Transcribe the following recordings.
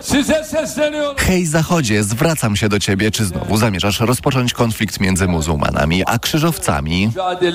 Hej Zachodzie, zwracam się do ciebie, czy znowu zamierzasz rozpocząć konflikt między muzułmanami a krzyżowcami?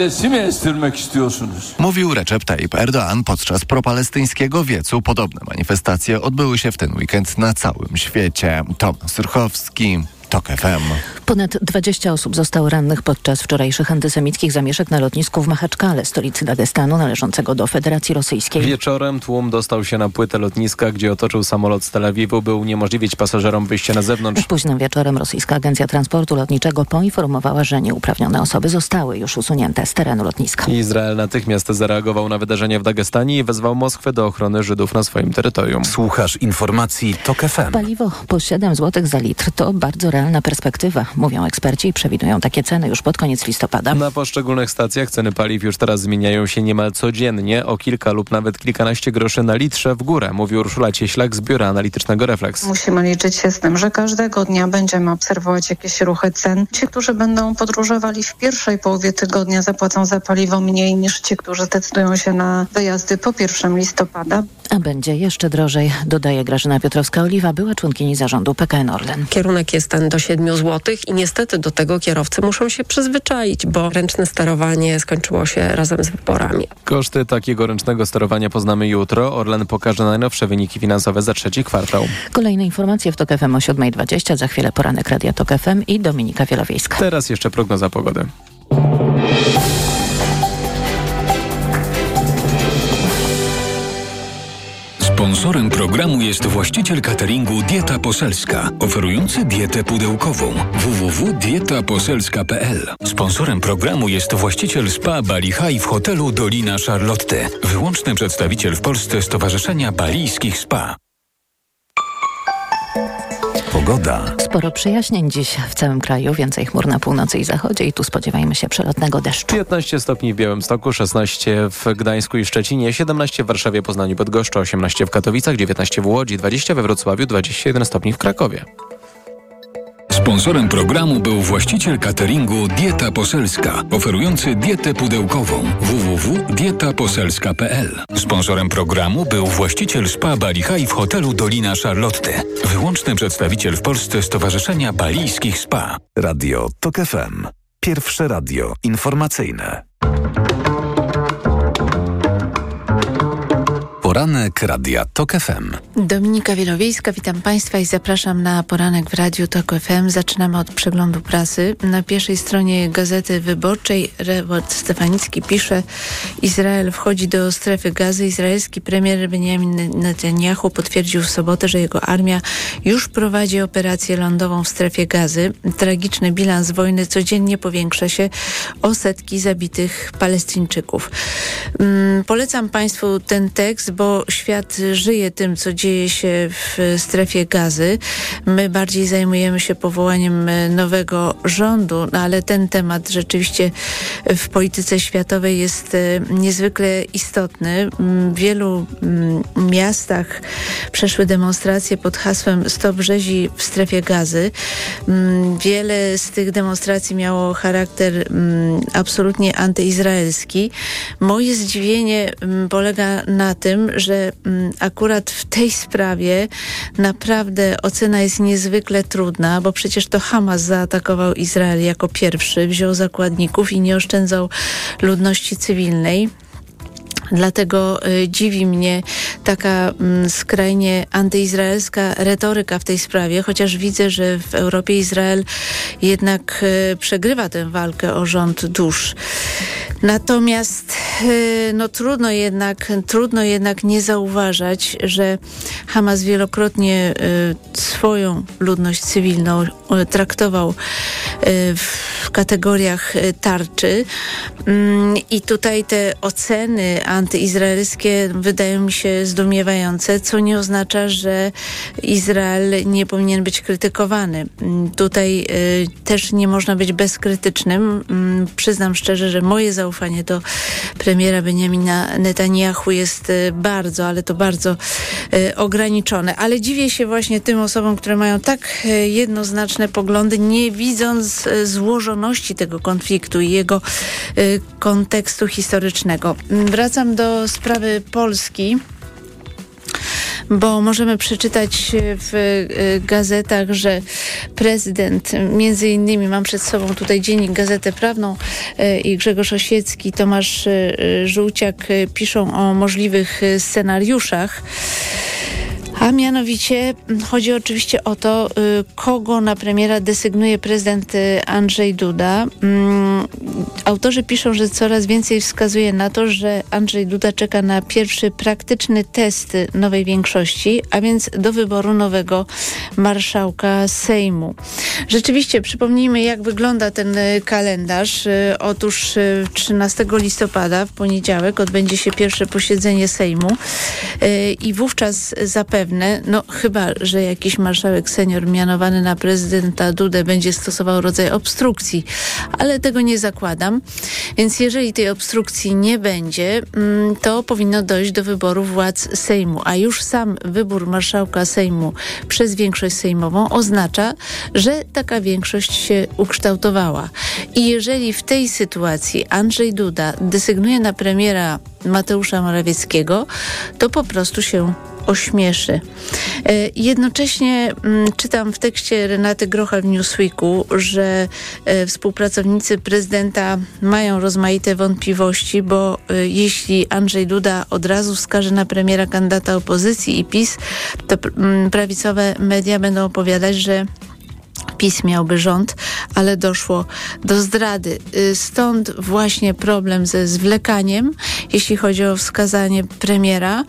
Mówił Recep Tayyip Erdoğan podczas propalestyńskiego wiecu. Podobne manifestacje odbyły się w ten weekend na całym świecie. Tomasz Surchowski, TOK FM. Ponad 20 osób zostało rannych podczas wczorajszych antysemickich zamieszek na lotnisku w Machaczkale, stolicy Dagestanu należącego do Federacji Rosyjskiej. Wieczorem tłum dostał się na płytę lotniska, gdzie otoczył samolot z Tel Awiwu, by uniemożliwić pasażerom wyjście na zewnątrz. Późnym wieczorem rosyjska agencja transportu lotniczego poinformowała, że nieuprawnione osoby zostały już usunięte z terenu lotniska. Izrael natychmiast zareagował na wydarzenia w Dagestanie i wezwał Moskwę do ochrony Żydów na swoim terytorium. Słuchasz informacji TOK FM. Paliwo po 7 zł za litr to bardzo realna perspektywa, mówią eksperci i przewidują takie ceny już pod koniec listopada. Na poszczególnych stacjach ceny paliw już teraz zmieniają się niemal codziennie o kilka lub nawet kilkanaście groszy na litrze w górę, mówi Urszula Cieślak z Biura Analitycznego Refleks. Musimy liczyć się z tym, że każdego dnia będziemy obserwować jakieś ruchy cen. Ci, którzy będą podróżowali w pierwszej połowie tygodnia, zapłacą za paliwo mniej niż ci, którzy zdecydują się na wyjazdy po 1 listopada. A będzie jeszcze drożej, dodaje Grażyna Piotrowska-Oliwa, była członkini zarządu PKN Orlen. Kierunek jest ten do 7 zł i niestety do tego kierowcy muszą się przyzwyczaić, bo ręczne sterowanie skończyło się razem z wyborami. Koszty takiego ręcznego sterowania poznamy jutro. Orlen pokaże najnowsze wyniki finansowe za trzeci kwartał. Kolejne informacje w TOK FM o 7:20, za chwilę poranek Radia TOK FM i Dominika Wielowiejska. Teraz jeszcze prognoza pogody. Sponsorem programu jest właściciel cateringu Dieta Poselska, oferujący dietę pudełkową www.dietaposelska.pl. Sponsorem programu jest właściciel spa Bali High w hotelu Dolina Charlotte, wyłączny przedstawiciel w Polsce Stowarzyszenia Balijskich Spa. Pogoda. Sporo przejaśnień dziś w całym kraju, więcej chmur na północy i zachodzie i tu spodziewajmy się przelotnego deszczu. 15 stopni w Białymstoku, 16 w Gdańsku i Szczecinie, 17 w Warszawie, Poznaniu, Bydgoszczy, 18 w Katowicach, 19 w Łodzi, 20 we Wrocławiu, 21 stopni w Krakowie. Sponsorem programu był właściciel cateringu Dieta Poselska, oferujący dietę pudełkową www.dietaposelska.pl. Sponsorem programu był właściciel spa Bali High w hotelu Dolina Charlotte, wyłączny przedstawiciel w Polsce Stowarzyszenia Balijskich Spa. Radio TOK FM. Pierwsze radio informacyjne. Poranek Radia TOK FM. Dominika Wielowiejska, witam Państwa i zapraszam na poranek w Radiu TOK FM. Zaczynamy od przeglądu prasy. Na pierwszej stronie Gazety Wyborczej Reward Stefanicki pisze: Izrael wchodzi do strefy gazy. Izraelski premier Benjamin Netanyahu potwierdził w sobotę, że jego armia już prowadzi operację lądową w strefie gazy. Tragiczny bilans wojny codziennie powiększa się o setki zabitych Palestyńczyków. Polecam Państwu ten tekst, bo świat żyje tym, co dzieje się w strefie gazy. My bardziej zajmujemy się powołaniem nowego rządu, ale ten temat rzeczywiście w polityce światowej jest niezwykle istotny. W wielu miastach przeszły demonstracje pod hasłem Stop rzezi w strefie gazy. Wiele z tych demonstracji miało charakter absolutnie antyizraelski. Moje zdziwienie polega na tym, że akurat w tej sprawie naprawdę ocena jest niezwykle trudna, bo przecież to Hamas zaatakował Izrael jako pierwszy, wziął zakładników i nie oszczędzał ludności cywilnej. Dlatego dziwi mnie taka skrajnie antyizraelska retoryka w tej sprawie, chociaż widzę, że w Europie Izrael jednak przegrywa tę walkę o rząd dusz. Natomiast trudno jednak nie zauważać, że Hamas wielokrotnie swoją ludność cywilną traktował w kategoriach tarczy i tutaj te oceny antyizraelskie wydają mi się zdumiewające, co nie oznacza, że Izrael nie powinien być krytykowany. Tutaj też nie można być bezkrytycznym. Przyznam szczerze, że moje zaufanie do premiera Benjamina Netanyahu jest bardzo, ale to bardzo ograniczone. Ale dziwię się właśnie tym osobom, które mają tak jednoznaczne poglądy, nie widząc złożoności tego konfliktu i jego kontekstu historycznego. Wracam do sprawy Polski, bo możemy przeczytać w gazetach, że prezydent, między innymi mam przed sobą tutaj Dziennik, Gazetę Prawną i Grzegorz Osiecki, Tomasz Żółciak piszą o możliwych scenariuszach. A mianowicie chodzi oczywiście o to, kogo na premiera desygnuje prezydent Andrzej Duda. Autorzy piszą, że coraz więcej wskazuje na to, że Andrzej Duda czeka na pierwszy praktyczny test nowej większości, a więc do wyboru nowego marszałka Sejmu. Rzeczywiście, przypomnijmy, jak wygląda ten kalendarz. Otóż 13 listopada, w poniedziałek, odbędzie się pierwsze posiedzenie Sejmu i wówczas zapewne, no chyba że jakiś marszałek senior mianowany na prezydenta Dudę będzie stosował rodzaj obstrukcji, ale tego nie zakładam. Więc jeżeli tej obstrukcji nie będzie, to powinno dojść do wyboru władz Sejmu, a już sam wybór marszałka Sejmu przez większość sejmową oznacza, że taka większość się ukształtowała. I jeżeli w tej sytuacji Andrzej Duda desygnuje na premiera Mateusza Morawieckiego, to po prostu się ośmieszy. Jednocześnie czytam w tekście Renaty Grochal w Newsweeku, że współpracownicy prezydenta mają rozmaite wątpliwości, bo jeśli Andrzej Duda od razu wskaże na premiera kandydata opozycji i PiS, to prawicowe media będą opowiadać, że PiS miałby rząd, ale doszło do zdrady. Stąd właśnie problem ze zwlekaniem, jeśli chodzi o wskazanie premiera.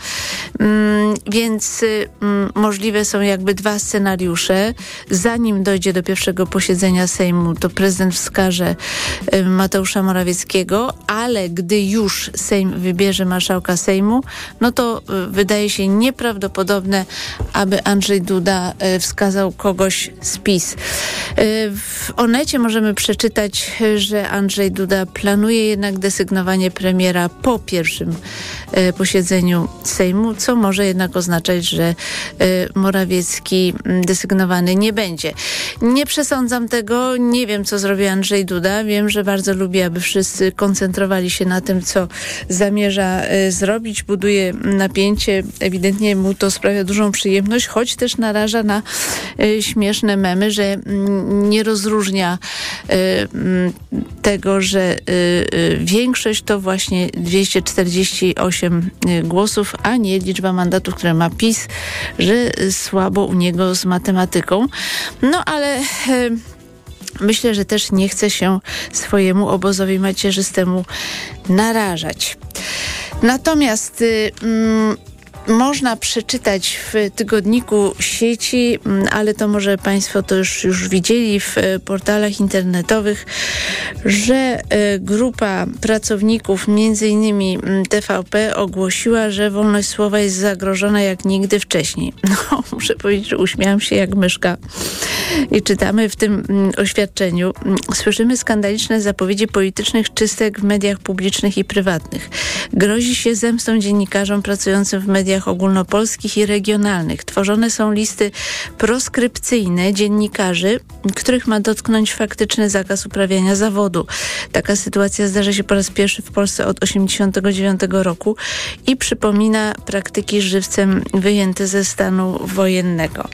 Więc możliwe są jakby dwa scenariusze. Zanim dojdzie do pierwszego posiedzenia Sejmu, to prezydent wskaże Mateusza Morawieckiego, ale gdy już Sejm wybierze marszałka Sejmu, no to wydaje się nieprawdopodobne, aby Andrzej Duda wskazał kogoś z PiS. W Onecie możemy przeczytać, że Andrzej Duda planuje jednak desygnowanie premiera po pierwszym posiedzeniu Sejmu, co może jednak oznaczać, że Morawiecki desygnowany nie będzie. Nie przesądzam tego, nie wiem, co zrobi Andrzej Duda. Wiem, że bardzo lubi, aby wszyscy koncentrowali się na tym, co zamierza zrobić. Buduje napięcie. Ewidentnie mu to sprawia dużą przyjemność, choć też naraża na śmieszne memy, że nie rozróżnia tego, że większość to właśnie 248 głosów, a nie liczba mandatów, które ma PiS, że słabo u niego z matematyką. No ale myślę, że też nie chce się swojemu obozowi macierzystemu narażać. Natomiast można przeczytać w tygodniku Sieci, ale to może Państwo to już widzieli w portalach internetowych, że grupa pracowników, między innymi TVP, ogłosiła, że wolność słowa jest zagrożona jak nigdy wcześniej. No, muszę powiedzieć, że uśmiałam się jak myszka. I czytamy w tym oświadczeniu: słyszymy skandaliczne zapowiedzi politycznych czystek w mediach publicznych i prywatnych. Grozi się zemstą dziennikarzom pracującym w mediach ogólnopolskich i regionalnych. Tworzone są listy proskrypcyjne dziennikarzy, których ma dotknąć faktyczny zakaz uprawiania zawodu. Taka sytuacja zdarza się po raz pierwszy w Polsce od 1989 roku i przypomina praktyki żywcem wyjęte ze stanu wojennego.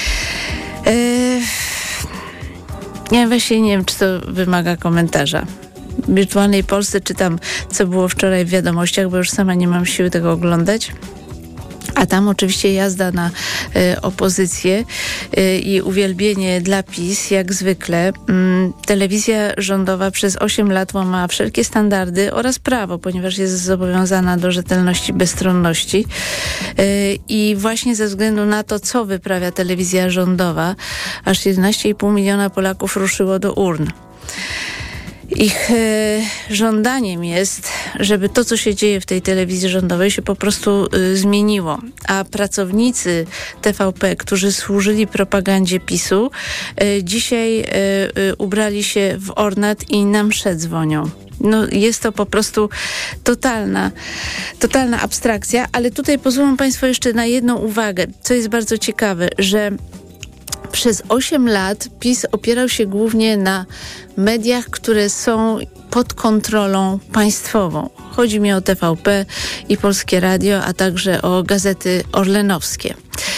Ja właśnie nie wiem, czy to wymaga komentarza. W Wirtualnej Polsce czytam, co było wczoraj w wiadomościach, bo już sama nie mam siły tego oglądać. A tam oczywiście jazda na opozycję i uwielbienie dla PiS, jak zwykle. Telewizja rządowa przez 8 lat łamała wszelkie standardy oraz prawo, ponieważ jest zobowiązana do rzetelności, bezstronności. I właśnie ze względu na to, co wyprawia telewizja rządowa, aż 11,5 miliona Polaków ruszyło do urn. Ich żądaniem jest, żeby to, co się dzieje w tej telewizji rządowej, się po prostu zmieniło. A pracownicy TVP, którzy służyli propagandzie PiS-u, dzisiaj ubrali się w ornat i na mszę dzwonią. No, jest to po prostu totalna abstrakcja, ale tutaj pozwolą Państwo jeszcze na jedną uwagę, co jest bardzo ciekawe, że przez 8 lat PiS opierał się głównie na mediach, które są pod kontrolą państwową. Chodzi mi o TVP i Polskie Radio, a także o gazety orlenowskie.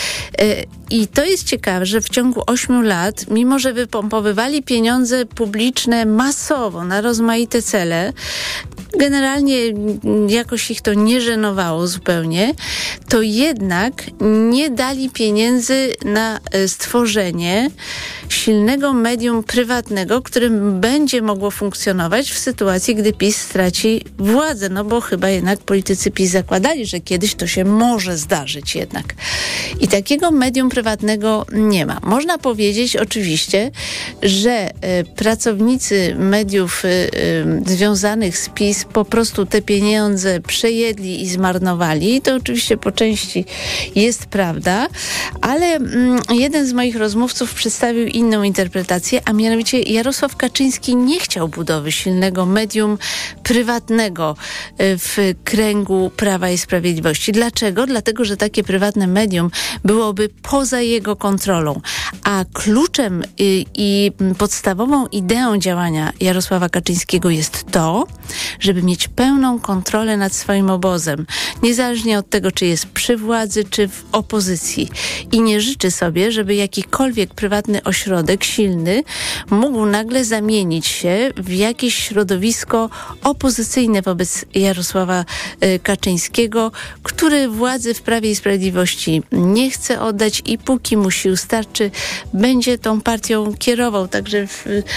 I to jest ciekawe, że w ciągu 8 lat, mimo że wypompowywali pieniądze publiczne masowo na rozmaite cele, generalnie jakoś ich to nie żenowało zupełnie, to jednak nie dali pieniędzy na stworzenie silnego medium prywatnego, którym będzie mogło funkcjonować w sytuacji, gdy PiS straci władzę. No bo chyba jednak politycy PiS zakładali, że kiedyś to się może zdarzyć jednak. I takiego medium prywatnego nie ma. Można powiedzieć oczywiście, że pracownicy mediów związanych z PiS po prostu te pieniądze przejedli i zmarnowali. To oczywiście po części jest prawda, ale jeden z moich rozmówców przedstawił inną interpretację, a mianowicie Jarosław Kaczyński nie chciał budowy silnego medium prywatnego w kręgu Prawa i Sprawiedliwości. Dlaczego? Dlatego, że takie prywatne medium byłoby poza jego kontrolą, a kluczem i podstawową ideą działania Jarosława Kaczyńskiego jest to, żeby mieć pełną kontrolę nad swoim obozem, niezależnie od tego, czy jest przy władzy, czy w opozycji. I nie życzy sobie, żeby jakikolwiek prywatny ośrodek silny mógł nagle zamienić się w jakieś środowisko opozycyjne wobec Jarosława Kaczyńskiego, który władzy w Prawie i Sprawiedliwości nie chce oddać i póki mu sił starczy, będzie tą partią kierował. Także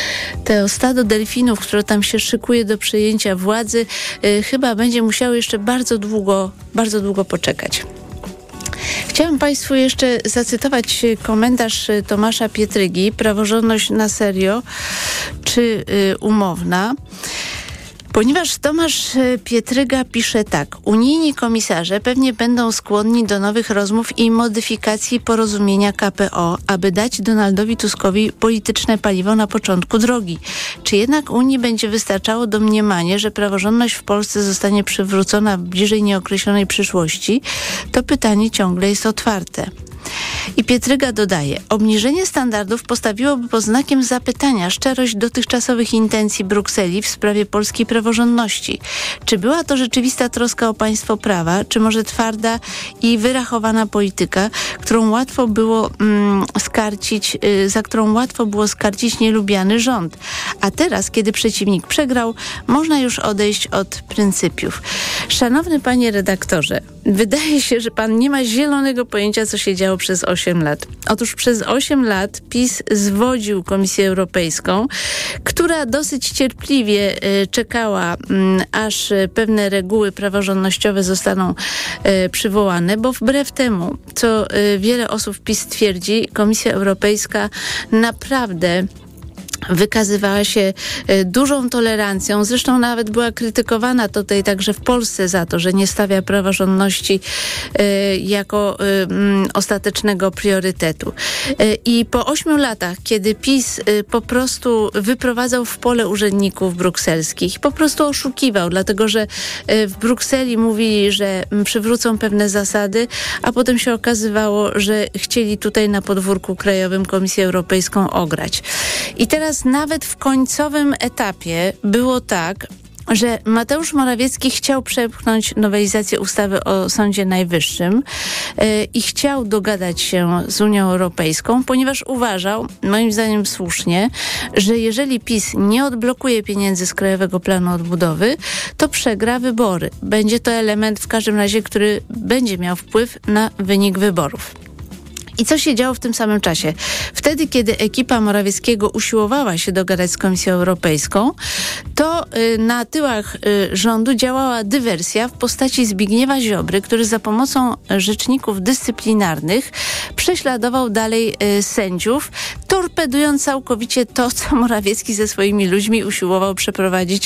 to stado delfinów, które tam się szykuje do przejęcia władzy, chyba będzie musiało jeszcze bardzo długo poczekać. Chciałam Państwu jeszcze zacytować komentarz Tomasza Pietrygi, praworządność na serio czy umowna. Ponieważ Tomasz Pietryga pisze tak: unijni komisarze pewnie będą skłonni do nowych rozmów i modyfikacji porozumienia KPO, aby dać Donaldowi Tuskowi polityczne paliwo na początku drogi. Czy jednak Unii będzie wystarczało domniemanie, że praworządność w Polsce zostanie przywrócona w bliżej nieokreślonej przyszłości? To pytanie ciągle jest otwarte. I Pietryga dodaje: obniżenie standardów postawiłoby pod znakiem zapytania szczerość dotychczasowych intencji Brukseli w sprawie polskiej praworządności. Czy była to rzeczywista troska o państwo prawa, czy może twarda i wyrachowana polityka, którą łatwo było za którą łatwo było skarcić nielubiany rząd? A teraz, kiedy przeciwnik przegrał, można już odejść od pryncypiów. Szanowny panie redaktorze, wydaje się, że pan nie ma zielonego pojęcia, co się działo przez 8 lat. Otóż przez 8 lat PiS zwodził Komisję Europejską, która dosyć cierpliwie czekała, aż pewne reguły praworządnościowe zostaną przywołane, bo wbrew temu, co wiele osób w PiS twierdzi, Komisja Europejska naprawdę wykazywała się dużą tolerancją. Zresztą nawet była krytykowana tutaj także w Polsce za to, że nie stawia praworządności jako ostatecznego priorytetu. I po 8 latach, kiedy PiS po prostu wyprowadzał w pole urzędników brukselskich, po prostu oszukiwał, dlatego że w Brukseli mówili, że przywrócą pewne zasady, a potem się okazywało, że chcieli tutaj na podwórku krajowym Komisję Europejską ograć. I teraz nawet w końcowym etapie było tak, że Mateusz Morawiecki chciał przepchnąć nowelizację ustawy o Sądzie Najwyższym i chciał dogadać się z Unią Europejską, ponieważ uważał, moim zdaniem słusznie, że jeżeli PiS nie odblokuje pieniędzy z Krajowego Planu Odbudowy, to przegra wybory. Będzie to element w każdym razie, który będzie miał wpływ na wynik wyborów. I co się działo w tym samym czasie? Wtedy, kiedy ekipa Morawieckiego usiłowała się dogadać z Komisją Europejską, to na tyłach rządu działała dywersja w postaci Zbigniewa Ziobry, który za pomocą rzeczników dyscyplinarnych prześladował dalej sędziów, torpedując całkowicie to, co Morawiecki ze swoimi ludźmi usiłował przeprowadzić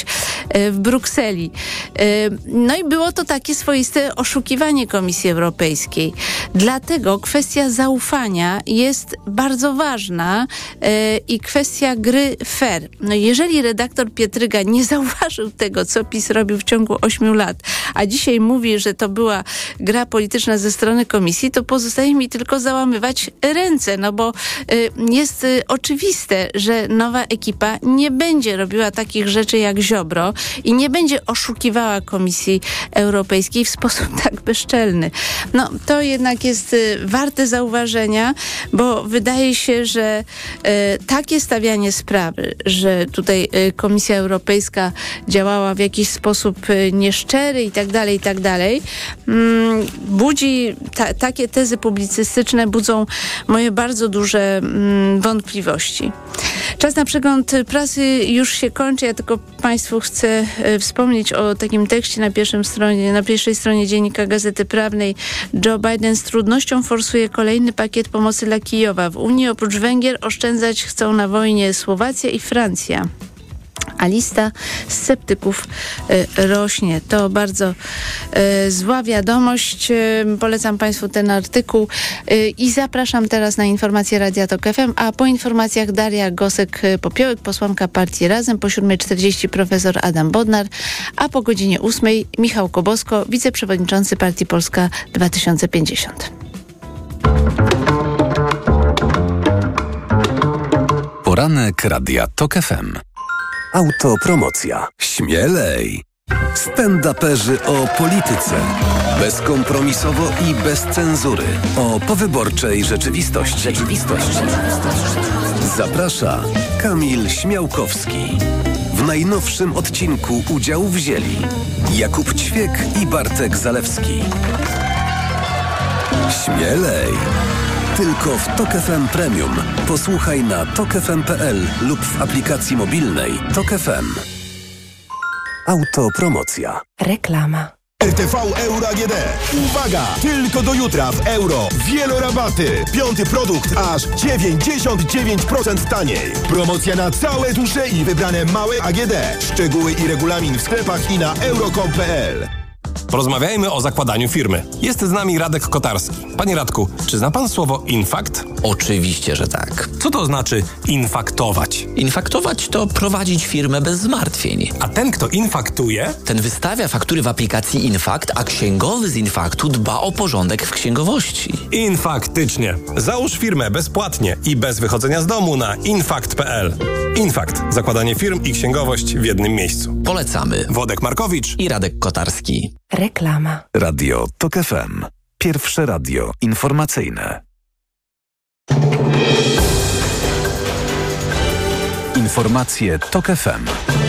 w Brukseli. No i było to takie swoiste oszukiwanie Komisji Europejskiej. Dlatego kwestia zaufania jest bardzo ważna i kwestia gry fair. No jeżeli redaktor Pietryga nie zauważył tego, co PiS robił w ciągu 8 lat, a dzisiaj mówi, że to była gra polityczna ze strony Komisji, to pozostaje mi tylko załamywać ręce, no bo jest oczywiste, że nowa ekipa nie będzie robiła takich rzeczy jak Ziobro i nie będzie oszukiwała Komisji Europejskiej w sposób tak bezczelny. No to jednak jest warte zauważenia, bo wydaje się, że takie stawianie sprawy, że tutaj Komisja Europejska działała w jakiś sposób nieszczery i tak dalej, budzi takie tezy publicystyczne budzą moje bardzo duże wątpliwości. Czas na przegląd prasy już się kończy. Ja tylko Państwu chcę wspomnieć o takim tekście na pierwszej stronie dziennika Gazety Prawnej. Joe Biden z trudnością forsuje kolejny pakiet pomocy dla Kijowa. W Unii oprócz Węgier oszczędzać chcą na wojnie Słowacja i Francja. A lista sceptyków rośnie. To bardzo zła wiadomość. Polecam Państwu ten artykuł i zapraszam teraz na informacje Radia Tok FM, a po informacjach Daria Gosek-Popiołek, posłanka partii Razem, po 7:40 profesor Adam Bodnar, a po godzinie 8:00 Michał Kobosko, wiceprzewodniczący partii Polska 2050. Poranek Radia Tok FM. Autopromocja. Śmielej! Stand-uperzy o polityce. Bezkompromisowo i bez cenzury. O powyborczej rzeczywistości. Zaprasza Kamil Śmiałkowski. W najnowszym odcinku udział wzięli Jakub Ćwiek i Bartek Zalewski. Śmielej! Tylko w Tok FM Premium. Posłuchaj na tokfm.pl lub w aplikacji mobilnej Tok FM. Autopromocja. Reklama. RTV Euro AGD. Uwaga! Tylko do jutra w euro. Wielorabaty. 5. produkt aż 99% taniej. Promocja na całe duże i wybrane małe AGD. Szczegóły i regulamin w sklepach i na euro.com.pl. Porozmawiajmy o zakładaniu firmy. Jest z nami Radek Kotarski. Panie Radku, czy zna pan słowo infakt? Oczywiście, że tak. Co to znaczy infaktować? Infaktować to prowadzić firmę bez zmartwień. A ten, kto infaktuje? Ten wystawia faktury w aplikacji Infakt, a księgowy z Infaktu dba o porządek w księgowości. Infaktycznie. Załóż firmę bezpłatnie i bez wychodzenia z domu na infakt.pl. Infakt. Zakładanie firm i księgowość w jednym miejscu. Polecamy. Wodek Markowicz i Radek Kotarski. Reklama. Radio Tok FM. Pierwsze radio informacyjne. Informacje Tok FM.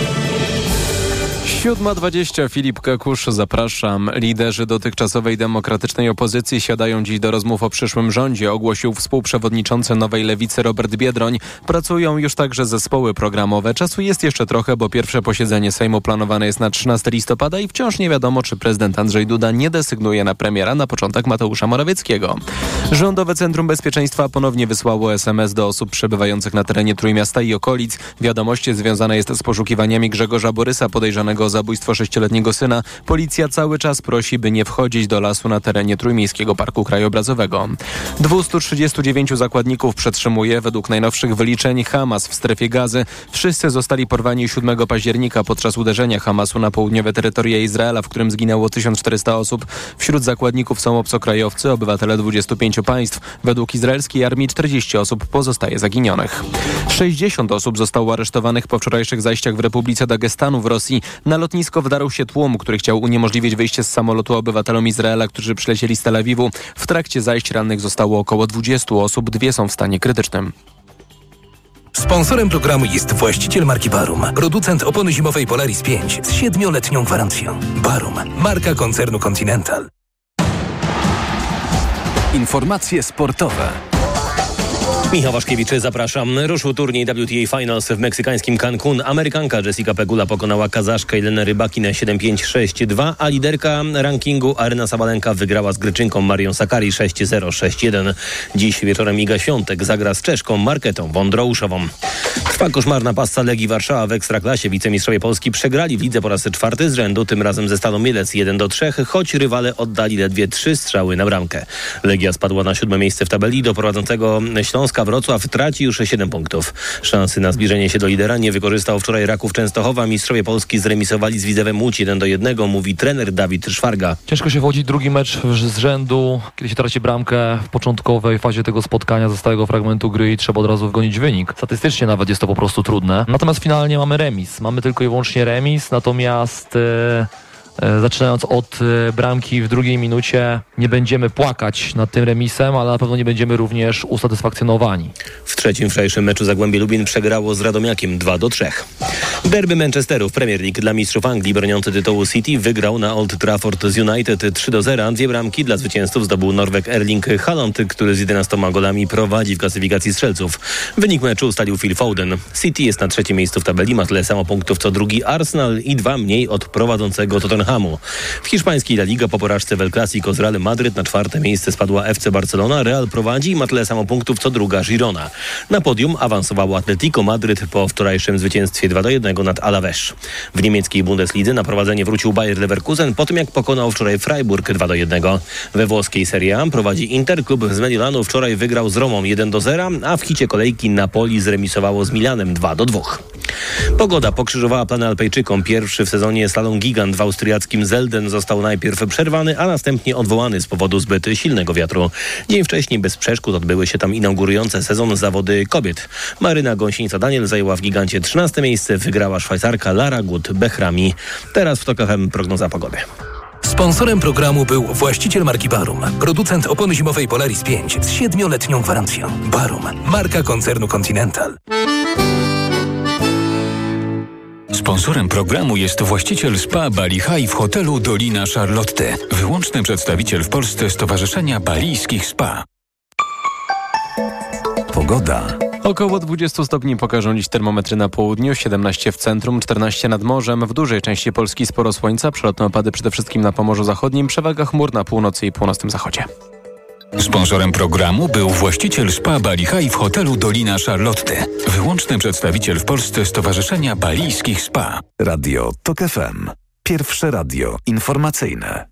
7:20, Filip Kakusz, zapraszam. Liderzy dotychczasowej demokratycznej opozycji siadają dziś do rozmów o przyszłym rządzie, ogłosił współprzewodniczący Nowej Lewicy Robert Biedroń. Pracują już także zespoły programowe. Czasu jest jeszcze trochę, bo pierwsze posiedzenie Sejmu planowane jest na 13 listopada i wciąż nie wiadomo, czy prezydent Andrzej Duda nie desygnuje na premiera na początek Mateusza Morawieckiego. Rządowe Centrum Bezpieczeństwa ponownie wysłało SMS do osób przebywających na terenie Trójmiasta i okolic. Wiadomość związana jest z poszukiwaniami Grzegorza Borysa, podejrzanego o zabójstwo 6-letniego syna. Policja cały czas prosi, by nie wchodzić do lasu na terenie Trójmiejskiego Parku Krajobrazowego. 239 zakładników przetrzymuje według najnowszych wyliczeń Hamas w strefie Gazy. Wszyscy zostali porwani 7 października podczas uderzenia Hamasu na południowe terytoria Izraela, w którym zginęło 1400 osób. Wśród zakładników są obcokrajowcy, obywatele 25 państw. Według izraelskiej armii 40 osób pozostaje zaginionych. 60 osób zostało aresztowanych po wczorajszych zajściach w Republice Dagestanu w Rosji. Na lotnisko wdarł się tłum, który chciał uniemożliwić wyjście z samolotu obywatelom Izraela, którzy przylecieli z Tel Awiwu. W trakcie zajść rannych zostało około 20 osób, 2 są w stanie krytycznym. Sponsorem programu jest właściciel marki Barum, producent opony zimowej Polaris 5 z 7-letnią gwarancją. Barum, marka koncernu Continental. Informacje sportowe. Michał Waszkiewicz, zapraszam. Ruszył turniej WTA Finals w meksykańskim Cancun. Amerykanka Jessica Pegula pokonała Kazaszkę Jelenę Rybakinę 7-5, 6-2, a liderka rankingu Aryna Sabalenka wygrała z Greczynką Marią Sakkari 6-0, 6-1. Dziś wieczorem Iga Świątek zagra z Czeszką Marketą Wondrouszową. Trwa koszmarna pasta Legii Warszawa w Ekstraklasie. Wicemistrzowie Polski przegrali w lidze po raz 4 z rzędu, tym razem ze Stalą Mielec 1-3, choć rywale oddali ledwie 3 strzały na bramkę. Legia spadła na 7. miejsce w tabeli. Do prowadzącego Śląska Wrocław traci już 7 punktów. Szansy na zbliżenie się do lidera nie wykorzystał wczoraj Raków Częstochowa. Mistrzowie Polski zremisowali z Widzewem Łódź 1-1, mówi trener Dawid Szwarga. Ciężko się wchodzić drugi mecz z rzędu, kiedy się traci bramkę w początkowej fazie tego spotkania, zostałego fragmentu gry i trzeba od razu wgonić wynik. Statystycznie nawet jest to po prostu trudne. Natomiast finalnie mamy remis. Mamy tylko i wyłącznie remis, natomiast zaczynając od bramki w drugiej minucie nie będziemy płakać nad tym remisem, ale na pewno nie będziemy również usatysfakcjonowani. W trzecim wczorajszym meczu Zagłębie Lubin przegrało z Radomiakiem 2-3. Derby Manchesteru w Premier League dla mistrzów Anglii broniący tytułu City wygrał na Old Trafford z United 3-0. 2 bramki dla zwycięzców zdobył Norweg Erling Haaland, który z 11 golami prowadzi w klasyfikacji strzelców. Wynik meczu ustalił Phil Foden. City jest na 3. miejscu w tabeli, ma tyle samo punktów co drugi Arsenal i 2 mniej od prowadzącego Tottenhamu. W hiszpańskiej La Liga po porażce w El Clasico z Realem Madryt na 4. miejsce spadła FC Barcelona. Real prowadzi i ma tyle samo punktów co druga Girona. Na podium awansowało Atletico Madryt po wczorajszym zwycięstwie 2-1 nad Alavés. W niemieckiej Bundeslidze na prowadzenie wrócił Bayer Leverkusen po tym, jak pokonał wczoraj Freiburg 2-1. We włoskiej Serie A prowadzi Inter. Klub z Mediolanu wczoraj wygrał z Romą 1-0, a w hicie kolejki Napoli zremisowało z Milanem 2-2. Pogoda pokrzyżowała plany Alpejczykom. Pierwszy w sezonie slalom gigant w austriackim Zelden został najpierw przerwany, a następnie odwołany z powodu zbyt silnego wiatru. Dzień wcześniej bez przeszkód odbyły się tam inaugurujące sezon zawody kobiet. Maryna Gąsienica-Daniel zajęła w gigancie 13. miejsce, wygrała Szwajcarka Lara Gut-Behrami. Teraz w TOK FM prognoza pogody. Sponsorem programu był właściciel marki Barum, producent opony zimowej Polaris 5 z 7-letnią gwarancją. Barum, marka koncernu Continental. Sponsorem programu jest właściciel spa Bali High w hotelu Dolina Charlotte. Wyłączny przedstawiciel w Polsce Stowarzyszenia Balijskich Spa. Pogoda. Około 20 stopni pokażą dziś termometry na południu, 17 w centrum, 14 nad morzem. W dużej części Polski sporo słońca, przelotne opady przede wszystkim na Pomorzu Zachodnim, przewaga chmur na północy i północnym zachodzie. Sponsorem programu był właściciel spa Bali High w hotelu Dolina Charlotte. Wyłączny przedstawiciel w Polsce Stowarzyszenia Balijskich Spa. Radio TOK FM. Pierwsze radio informacyjne.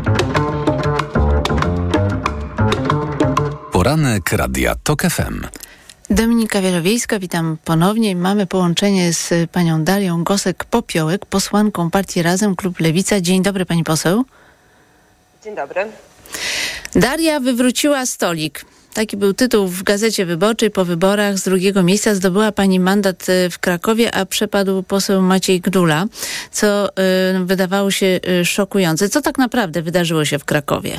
Poranek Radia TOK FM. Dominika Wielowiejska, witam ponownie. Mamy połączenie z panią Darią Gosek-Popiołek, posłanką partii Razem, Klub Lewica. Dzień dobry, pani poseł. Dzień dobry. Daria wywróciła stolik. Taki był tytuł w Gazecie Wyborczej. Po wyborach z 2. miejsca zdobyła pani mandat w Krakowie, a przepadł poseł Maciej Gdula, co wydawało się szokujące. Co tak naprawdę wydarzyło się w Krakowie?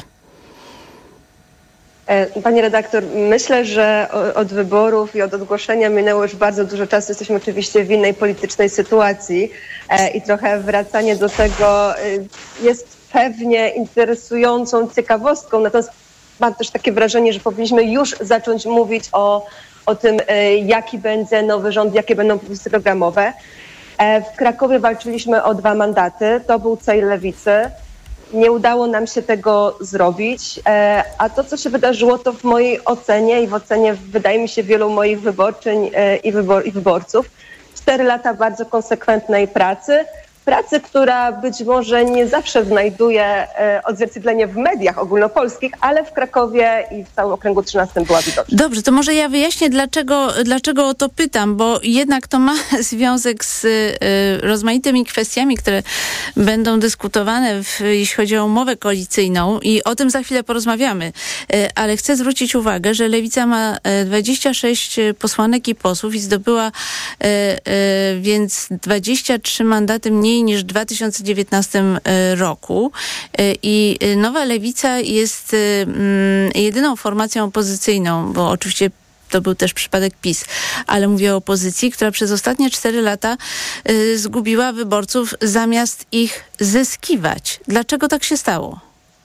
Pani redaktor, myślę, że od wyborów i od ogłoszenia minęło już bardzo dużo czasu. Jesteśmy oczywiście w innej politycznej sytuacji i trochę wracanie do tego jest pewnie interesującą ciekawostką. Natomiast mam też takie wrażenie, że powinniśmy już zacząć mówić o tym, jaki będzie nowy rząd, jakie będą propozycje programowe. W Krakowie walczyliśmy o 2 mandaty. To był cel Lewicy. Nie udało nam się tego zrobić, a to, co się wydarzyło, to w mojej ocenie i w ocenie, wydaje mi się, wielu moich wyborczyń i wyborców, 4 lata bardzo konsekwentnej pracy, która być może nie zawsze znajduje odzwierciedlenie w mediach ogólnopolskich, ale w Krakowie i w całym okręgu 13 była widoczna. Dobrze, to może ja wyjaśnię, dlaczego o to pytam, bo jednak to ma związek z rozmaitymi kwestiami, które będą dyskutowane, jeśli chodzi o umowę koalicyjną i o tym za chwilę porozmawiamy. Ale chcę zwrócić uwagę, że Lewica ma 26 posłanek i posłów i zdobyła więc 23 mandaty mniej niż w 2019 roku i Nowa Lewica jest jedyną formacją opozycyjną, bo oczywiście to był też przypadek PiS, ale mówię o opozycji, która przez ostatnie 4 lata zgubiła wyborców zamiast ich zyskiwać. Dlaczego tak się stało?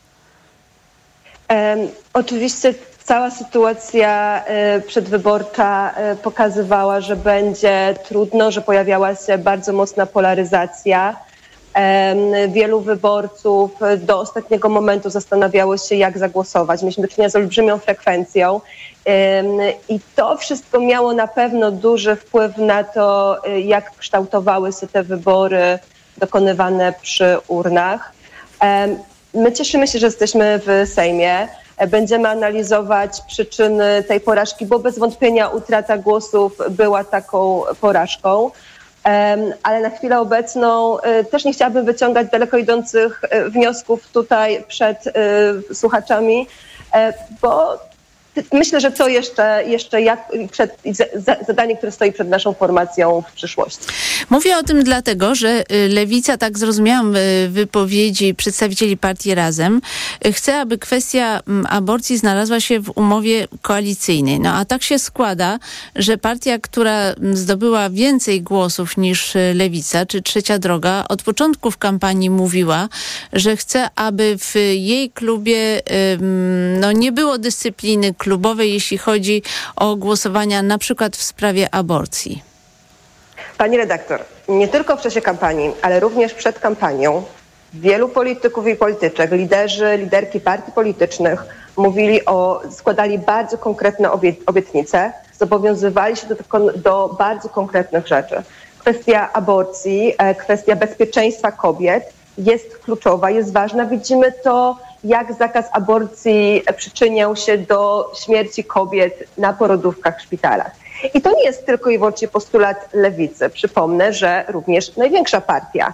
Oczywiście cała sytuacja przedwyborcza pokazywała, że będzie trudno, że pojawiała się bardzo mocna polaryzacja Wielu wyborców do ostatniego momentu zastanawiało się, jak zagłosować. Mieliśmy do czynienia z olbrzymią frekwencją i to wszystko miało na pewno duży wpływ na to, jak kształtowały się te wybory dokonywane przy urnach. My cieszymy się, że jesteśmy w Sejmie. Będziemy analizować przyczyny tej porażki, bo bez wątpienia utrata głosów była taką porażką. Ale na chwilę obecną też nie chciałabym wyciągać daleko idących wniosków tutaj przed słuchaczami, bo myślę, że to jeszcze zadanie, które stoi przed naszą formacją w przyszłości. Mówię o tym dlatego, że Lewica, tak zrozumiałam wypowiedzi przedstawicieli partii Razem, chce, aby kwestia aborcji znalazła się w umowie koalicyjnej. No a tak się składa, że partia, która zdobyła więcej głosów niż Lewica, czy Trzecia Droga, od początku w kampanii mówiła, że chce, aby w jej klubie nie było dyscypliny klubowej, jeśli chodzi o głosowania na przykład w sprawie aborcji. Pani redaktor, nie tylko w czasie kampanii, ale również przed kampanią wielu polityków i polityczek, liderki partii politycznych składali bardzo konkretne obietnice, zobowiązywali się do bardzo konkretnych rzeczy. Kwestia aborcji, kwestia bezpieczeństwa kobiet jest kluczowa, jest ważna. Widzimy to, jak zakaz aborcji przyczyniał się do śmierci kobiet na porodówkach w szpitalach. I to nie jest tylko i wyłącznie postulat Lewicy. Przypomnę, że również największa partia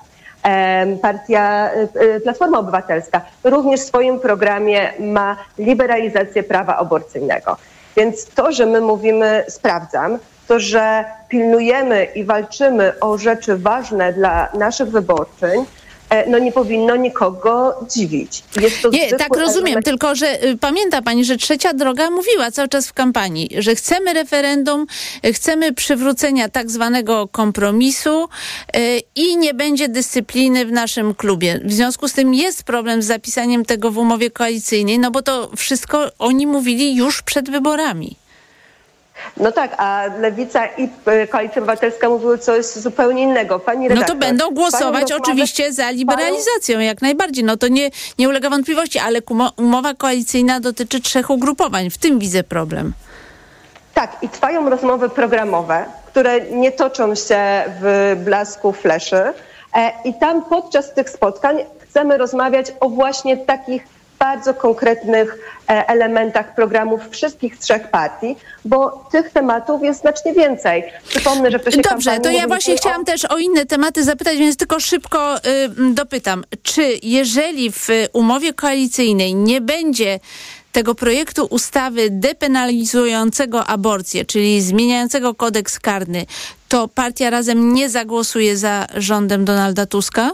Platforma Obywatelska, również w swoim programie ma liberalizację prawa aborcyjnego. Więc to, że my mówimy sprawdzam, to, że pilnujemy i walczymy o rzeczy ważne dla naszych wyborczyń, nie powinno nikogo dziwić. Tak rozumiem, tylko że pamięta pani, że Trzecia Droga mówiła cały czas w kampanii, że chcemy referendum, chcemy przywrócenia tak zwanego kompromisu i nie będzie dyscypliny w naszym klubie. W związku z tym jest problem z zapisaniem tego w umowie koalicyjnej, bo to wszystko oni mówili już przed wyborami. No tak, a Lewica i Koalicja Obywatelska mówiły coś zupełnie innego. Pani redaktor, to będą głosować oczywiście za liberalizacją, jak najbardziej. To nie ulega wątpliwości, ale umowa koalicyjna dotyczy 3 ugrupowań. W tym widzę problem. Tak, i trwają rozmowy programowe, które nie toczą się w blasku fleszy. I tam podczas tych spotkań chcemy rozmawiać o właśnie takich bardzo konkretnych elementach programów wszystkich 3 partii, bo tych tematów jest znacznie więcej. Przypomnę, że w czasie kampanii... to ja właśnie chciałam też o inne tematy zapytać, więc tylko szybko dopytam. Czy jeżeli w umowie koalicyjnej nie będzie tego projektu ustawy depenalizującego aborcję, czyli zmieniającego kodeks karny, to partia Razem nie zagłosuje za rządem Donalda Tuska?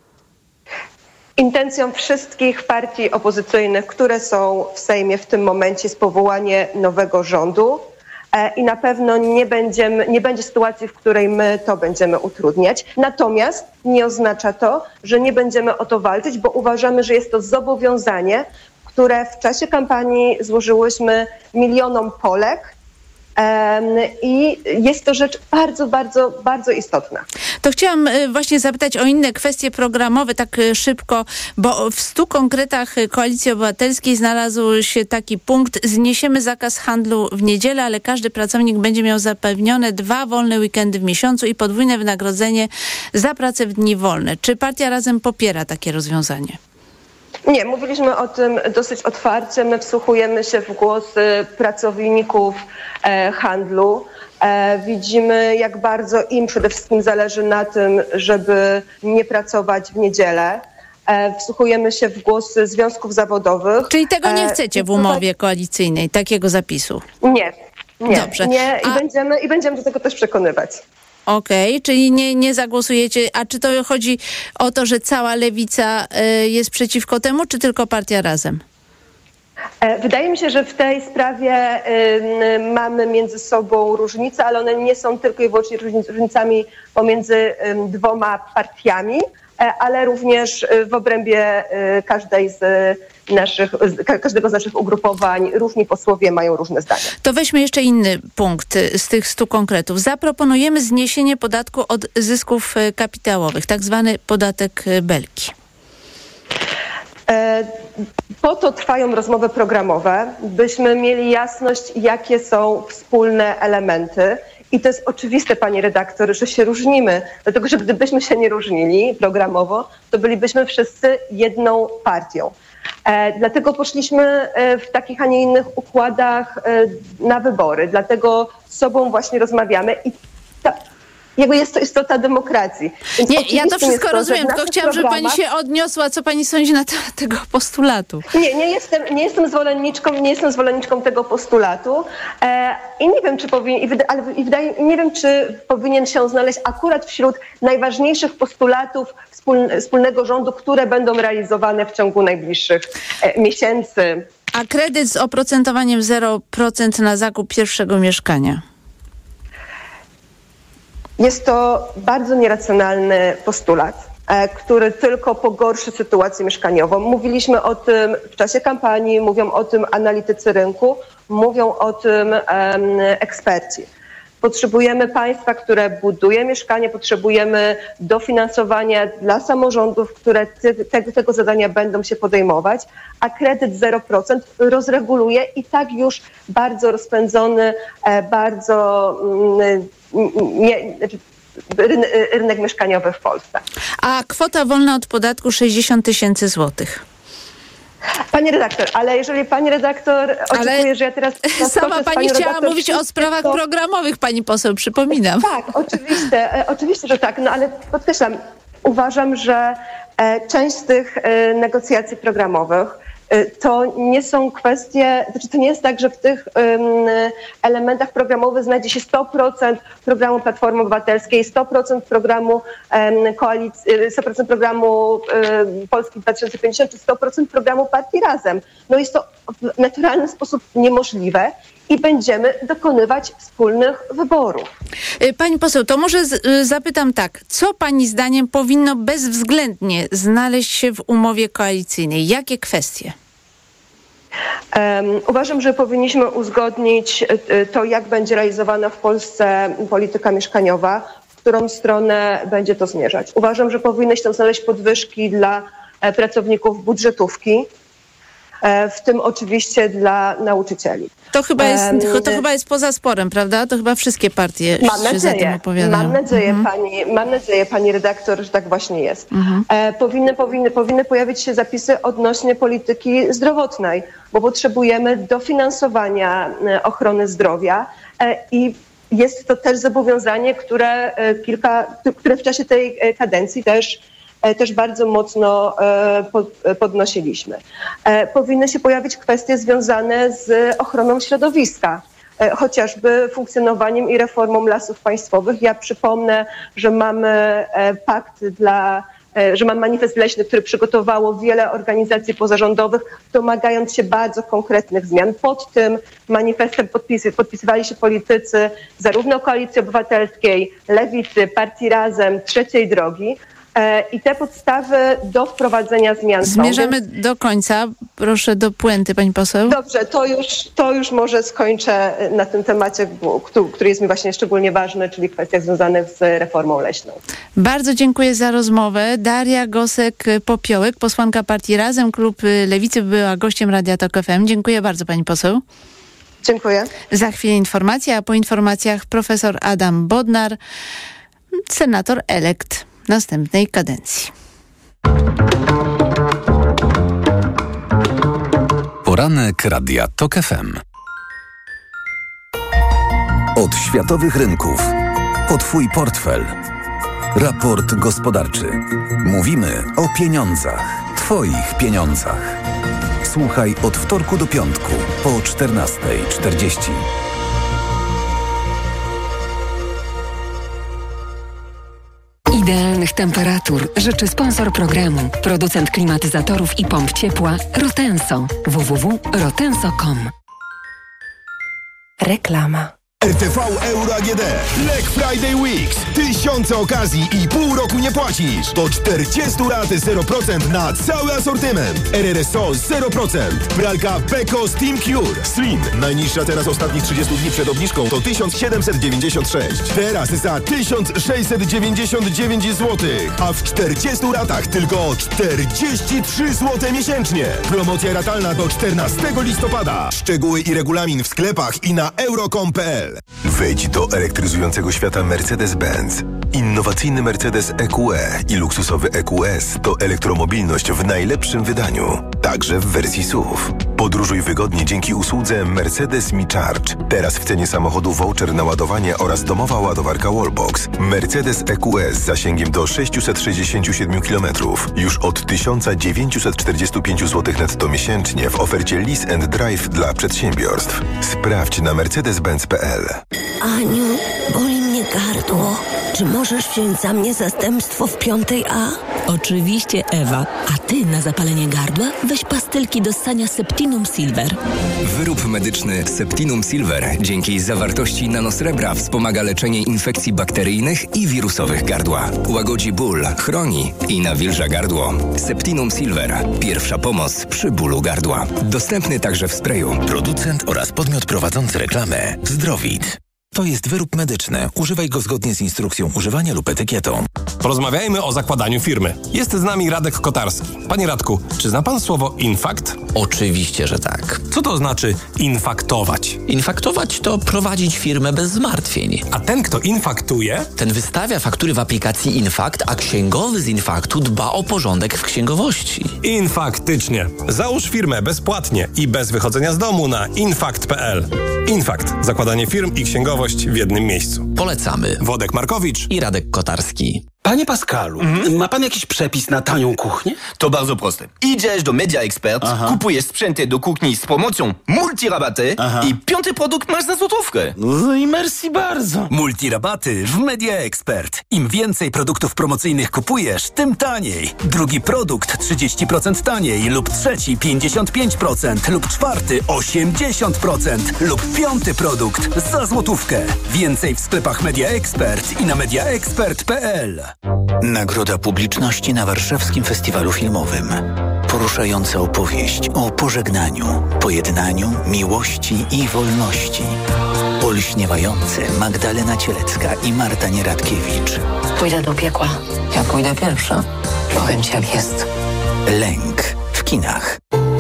Intencją wszystkich partii opozycyjnych, które są w Sejmie w tym momencie, jest powołanie nowego rządu i na pewno nie będzie sytuacji, w której my to będziemy utrudniać. Natomiast nie oznacza to, że nie będziemy o to walczyć, bo uważamy, że jest to zobowiązanie, które w czasie kampanii złożyłyśmy milionom Polek. I jest to rzecz bardzo, bardzo, bardzo istotna. To chciałam właśnie zapytać o inne kwestie programowe tak szybko, bo w 100 konkretach Koalicji Obywatelskiej znalazł się taki punkt: zniesiemy zakaz handlu w niedzielę, ale każdy pracownik będzie miał zapewnione 2 wolne weekendy w miesiącu i podwójne wynagrodzenie za pracę w dni wolne. Czy partia Razem popiera takie rozwiązanie? Nie, mówiliśmy o tym dosyć otwarcie. My wsłuchujemy się w głosy pracowników handlu. Widzimy, jak bardzo im przede wszystkim zależy na tym, żeby nie pracować w niedzielę. Wsłuchujemy się w głosy związków zawodowych. Czyli tego nie chcecie w umowie koalicyjnej, takiego zapisu? Nie. Dobrze. Nie. I będziemy do tego też przekonywać. Okej, czyli nie zagłosujecie. A czy to chodzi o to, że cała Lewica jest przeciwko temu, czy tylko partia Razem? Wydaje mi się, że w tej sprawie mamy między sobą różnice, ale one nie są tylko i wyłącznie różnicami pomiędzy 2 partiami, ale również w obrębie każdego z naszych ugrupowań różni posłowie mają różne zdania. To weźmy jeszcze inny punkt z tych 100 konkretów. Zaproponujemy zniesienie podatku od zysków kapitałowych, tak zwany podatek Belki. Po to trwają rozmowy programowe, byśmy mieli jasność, jakie są wspólne elementy. I to jest oczywiste, pani redaktor, że się różnimy, dlatego że gdybyśmy się nie różnili programowo, to bylibyśmy wszyscy jedną partią. Dlatego poszliśmy w takich, a nie innych układach na wybory. Dlatego z sobą właśnie rozmawiamy i jest to istota demokracji. Więc nie, ja to wszystko to, rozumiem, tylko chciałam, żeby pani się odniosła, co pani sądzi na temat tego postulatu. Nie jestem zwolenniczką tego postulatu i nie wiem, czy powinien się znaleźć akurat wśród najważniejszych postulatów wspólnego rządu, które będą realizowane w ciągu najbliższych miesięcy. A kredyt z oprocentowaniem 0% na zakup pierwszego mieszkania? Jest to bardzo nieracjonalny postulat, który tylko pogorszy sytuację mieszkaniową. Mówiliśmy o tym w czasie kampanii, mówią o tym analitycy rynku, mówią o tym eksperci. Potrzebujemy państwa, które buduje mieszkanie, potrzebujemy dofinansowania dla samorządów, które tego zadania będą się podejmować, a kredyt 0% rozreguluje i tak już bardzo rozpędzony, rynek mieszkaniowy w Polsce. A kwota wolna od podatku 60 000 złotych. Pani redaktor, ale jeżeli pani redaktor oczekuje, że ja teraz... Sama pani chciała mówić o sprawach programowych, pani poseł, przypominam. Tak, oczywiście, że tak, no ale podkreślam, uważam, że część z tych negocjacji programowych to nie są kwestie, to nie jest tak, że w tych elementach programowych znajdzie się 100% programu Platformy Obywatelskiej, 100% programu koalicji, 100% programu Polski 2050 czy 100% programu Partii Razem. No jest to w naturalny sposób niemożliwe i będziemy dokonywać wspólnych wyborów. Pani poseł, to może zapytam tak. Co pani zdaniem powinno bezwzględnie znaleźć się w umowie koalicyjnej? Jakie kwestie? Uważam, że powinniśmy uzgodnić to, jak będzie realizowana w Polsce polityka mieszkaniowa, w którą stronę będzie to zmierzać. Uważam, że powinny się tam znaleźć podwyżki dla pracowników budżetówki, w tym oczywiście dla nauczycieli. To chyba jest poza sporem, prawda? To chyba wszystkie partie się za tym opowiadają. Mam nadzieję, pani redaktor, że tak właśnie jest. Powinny pojawić się zapisy odnośnie polityki zdrowotnej, bo potrzebujemy dofinansowania ochrony zdrowia i jest to też zobowiązanie, które w czasie tej kadencji też bardzo mocno podnosiliśmy. Powinny się pojawić kwestie związane z ochroną środowiska, chociażby funkcjonowaniem i reformą lasów państwowych. Ja przypomnę, że mamy że mam manifest leśny, który przygotowało wiele organizacji pozarządowych, domagając się bardzo konkretnych zmian. Pod tym manifestem podpisywali się politycy zarówno Koalicji Obywatelskiej, Lewicy, Partii Razem, Trzeciej Drogi. I te podstawy do wprowadzenia zmian Zmierzamy do końca. Proszę do puenty, pani poseł. Dobrze, to już może skończę na tym temacie, który jest mi właśnie szczególnie ważny, czyli kwestiach związanych z reformą leśną. Bardzo dziękuję za rozmowę. Daria Gosek-Popiołek, posłanka Partii Razem, klub Lewicy, była gościem Radia Tok FM. Dziękuję bardzo, pani poseł. Dziękuję. Za chwilę informacja, a po informacjach profesor Adam Bodnar, senator elekt następnej kadencji. Poranek Radia Tok FM. Od światowych rynków po Twój portfel. Raport gospodarczy. Mówimy o pieniądzach. Twoich pieniądzach. Słuchaj od wtorku do piątku po 14:40. Idealnych temperatur życzy sponsor programu, producent klimatyzatorów i pomp ciepła Rotenso. www.rotenso.com. Reklama. RTV Euro AGD. Black Friday Weeks. Tysiące okazji i pół roku nie płacisz. Do 40 lat 0% na cały asortyment. RRSO 0%. Pralka Beko Steam Cure Slim. Najniższa teraz ostatnich 30 dni przed obniżką to 1796. Teraz za 1699 zł. A w 40 ratach tylko 43 zł miesięcznie. Promocja ratalna do 14 listopada. Szczegóły i regulamin w sklepach i na euro.com.pl. Wejdź do elektryzującego świata Mercedes-Benz. Innowacyjny Mercedes EQE i luksusowy EQS to elektromobilność w najlepszym wydaniu, także w wersji SUV. Podróżuj wygodnie dzięki usłudze Mercedes Me Charge. Teraz w cenie samochodu voucher na ładowanie oraz domowa ładowarka Wallbox. Mercedes EQS z zasięgiem do 667 km. Już od 1945 zł netto miesięcznie w ofercie Lease and Drive dla przedsiębiorstw. Sprawdź na mercedes-benz.pl. Aniu, boli mnie gardło. Czy możesz wziąć za mnie zastępstwo w 5A? Oczywiście, Ewa. A ty na zapalenie gardła weź pastylki do ssania Septinum Silver. Wyrób medyczny Septinum Silver dzięki zawartości nanosrebra wspomaga leczenie infekcji bakteryjnych i wirusowych gardła. Łagodzi ból, chroni i nawilża gardło. Septinum Silver. Pierwsza pomoc przy bólu gardła. Dostępny także w sprayu. Producent oraz podmiot prowadzący reklamę Zdrowit. To jest wyrób medyczny. Używaj go zgodnie z instrukcją używania lub etykietą. Porozmawiajmy o zakładaniu firmy. Jest z nami Radek Kotarski. Panie Radku, czy zna pan słowo infakt? Oczywiście, że tak. Co to znaczy infaktować? Infaktować to prowadzić firmę bez zmartwień. A ten, kto infaktuje? Ten wystawia faktury w aplikacji Infakt, a księgowy z Infaktu dba o porządek w księgowości. Infaktycznie. Załóż firmę bezpłatnie i bez wychodzenia z domu na infakt.pl. Infakt. Zakładanie firm i księgowość w jednym miejscu. Polecamy. Wodek Markowicz i Radek Kotarski. Panie Pascalu, ma pan jakiś przepis na tanią kuchnię? To bardzo proste. Idziesz do Media Expert, kupujesz sprzęty do kuchni z promocją multirabaty i 5. produkt masz za złotówkę. No i merci bardzo. Multirabaty w Media Expert. Im więcej produktów promocyjnych kupujesz, tym taniej. Drugi produkt 30% taniej lub trzeci 55% lub czwarty 80% lub 5. produkt za złotówkę. Więcej w sklepach Media Expert i na mediaexpert.pl. Nagroda publiczności na Warszawskim Festiwalu Filmowym. Poruszająca opowieść o pożegnaniu, pojednaniu, miłości i wolności. Olśniewający Magdalena Cielecka i Marta Nieradkiewicz. Pójdę do piekła. Ja pójdę pierwsza. Powiem ci, jak jest. Lęk w kinach.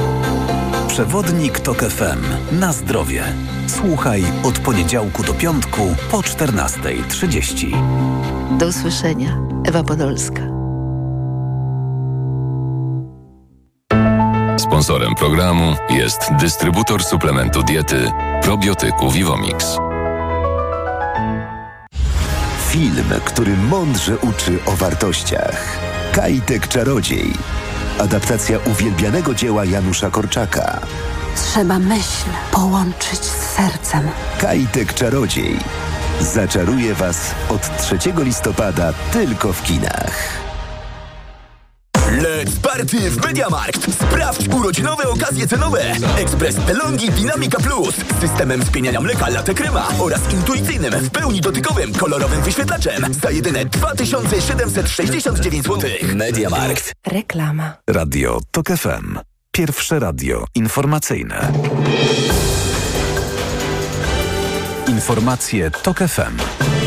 Przewodnik TOK FM. Na zdrowie. Słuchaj od poniedziałku do piątku po 14:30. Do usłyszenia. Ewa Podolska. Sponsorem programu jest dystrybutor suplementu diety probiotyku Vivomix. Film, który mądrze uczy o wartościach. Kajtek Czarodziej. Adaptacja uwielbianego dzieła Janusza Korczaka. Trzeba myśl połączyć z sercem. Kajtek Czarodziej. Zaczaruje Was od 3 listopada tylko w kinach. Let's party w MediaMarkt! Sprawdź urodzinowe okazje cenowe! Ekspres Delonghi Dynamica Plus z systemem spieniania mleka Latte Crema oraz intuicyjnym, w pełni dotykowym, kolorowym wyświetlaczem za jedyne 2769 zł. MediaMarkt. Reklama. Radio TOK FM. Pierwsze radio informacyjne. Informacje TOK FM.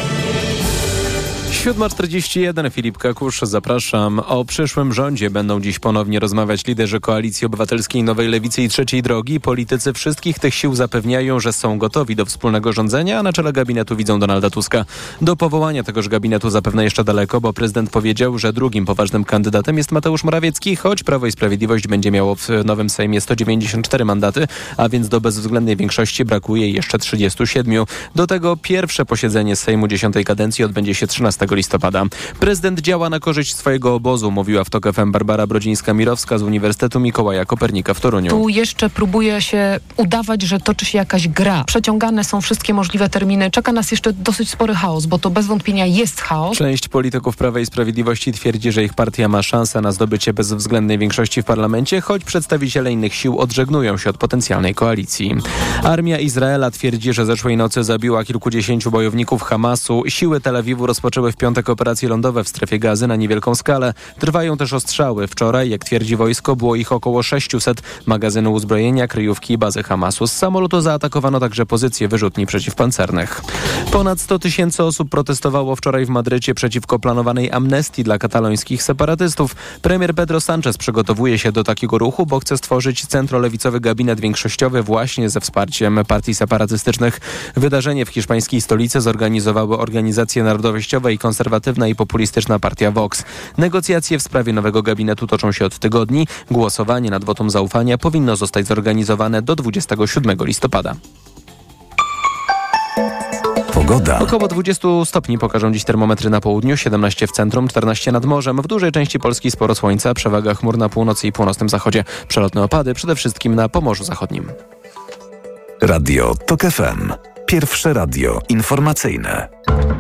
7:41, Filip Kakusz, zapraszam. O przyszłym rządzie będą dziś ponownie rozmawiać liderzy Koalicji Obywatelskiej, Nowej Lewicy i Trzeciej Drogi. Politycy wszystkich tych sił zapewniają, że są gotowi do wspólnego rządzenia, a na czele gabinetu widzą Donalda Tuska. Do powołania tegoż gabinetu zapewne jeszcze daleko, bo prezydent powiedział, że drugim poważnym kandydatem jest Mateusz Morawiecki, choć Prawo i Sprawiedliwość będzie miało w nowym Sejmie 194 mandaty, a więc do bezwzględnej większości brakuje jeszcze 37. Do tego pierwsze posiedzenie Sejmu 10. kadencji odbędzie się 13 15 listopada. Prezydent działa na korzyść swojego obozu, mówiła w TOK FM Barbara Brodzińska-Mirowska z Uniwersytetu Mikołaja Kopernika w Toruniu. Tu jeszcze próbuje się udawać, że toczy się jakaś gra. Przeciągane są wszystkie możliwe terminy. Czeka nas jeszcze dosyć spory chaos, bo to bez wątpienia jest chaos. Część polityków Prawa i Sprawiedliwości twierdzi, że ich partia ma szansę na zdobycie bezwzględnej większości w parlamencie, choć przedstawiciele innych sił odżegnują się od potencjalnej koalicji. Armia Izraela twierdzi, że zeszłej nocy zabiła kilkudziesięciu bojowników Hamasu. Siły Tel Awiwu rozpoczęły w piątek operacje lądowe w strefie Gazy na niewielką skalę. Trwają też ostrzały. Wczoraj, jak twierdzi wojsko, było ich około 600. Magazyny uzbrojenia, kryjówki i bazy Hamasu. Z samolotu zaatakowano także pozycje wyrzutni przeciwpancernych. Ponad 100 000 osób protestowało wczoraj w Madrycie przeciwko planowanej amnestii dla katalońskich separatystów. Premier Pedro Sánchez przygotowuje się do takiego ruchu, bo chce stworzyć centrolewicowy gabinet większościowy właśnie ze wsparciem partii separatystycznych. Wydarzenie w hiszpańskiej stolicy zorganizowały organizacje narodowościowe i konserwatywna i populistyczna partia Vox. Negocjacje w sprawie nowego gabinetu toczą się od tygodni. Głosowanie nad wotum zaufania powinno zostać zorganizowane do 27 listopada. Pogoda. Około 20 stopni pokażą dziś termometry na południu, 17 w centrum, 14 nad morzem. W dużej części Polski sporo słońca, przewaga chmur na północy i północnym zachodzie. Przelotne opady przede wszystkim na Pomorzu Zachodnim. Radio TOK FM. Pierwsze radio informacyjne.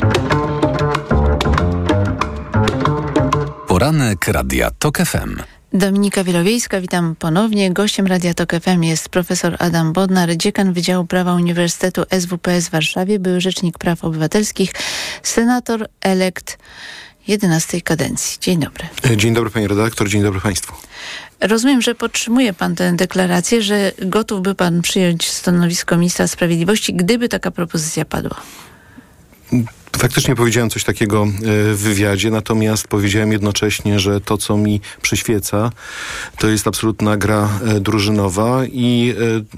Poranek Radia TOK FM. Dominika Wielowiejska, witam ponownie. Gościem Radia TOK FM jest profesor Adam Bodnar, dziekan Wydziału Prawa Uniwersytetu SWPS w Warszawie, były rzecznik praw obywatelskich, senator elekt 11 kadencji. Dzień dobry. Dzień dobry pani redaktor, dzień dobry państwu. Rozumiem, że podtrzymuje pan tę deklarację, że gotów by pan przyjąć stanowisko ministra sprawiedliwości, gdyby taka propozycja padła. Faktycznie powiedziałem coś takiego w wywiadzie, natomiast powiedziałem jednocześnie, że to, co mi przyświeca, to jest absolutna gra drużynowa i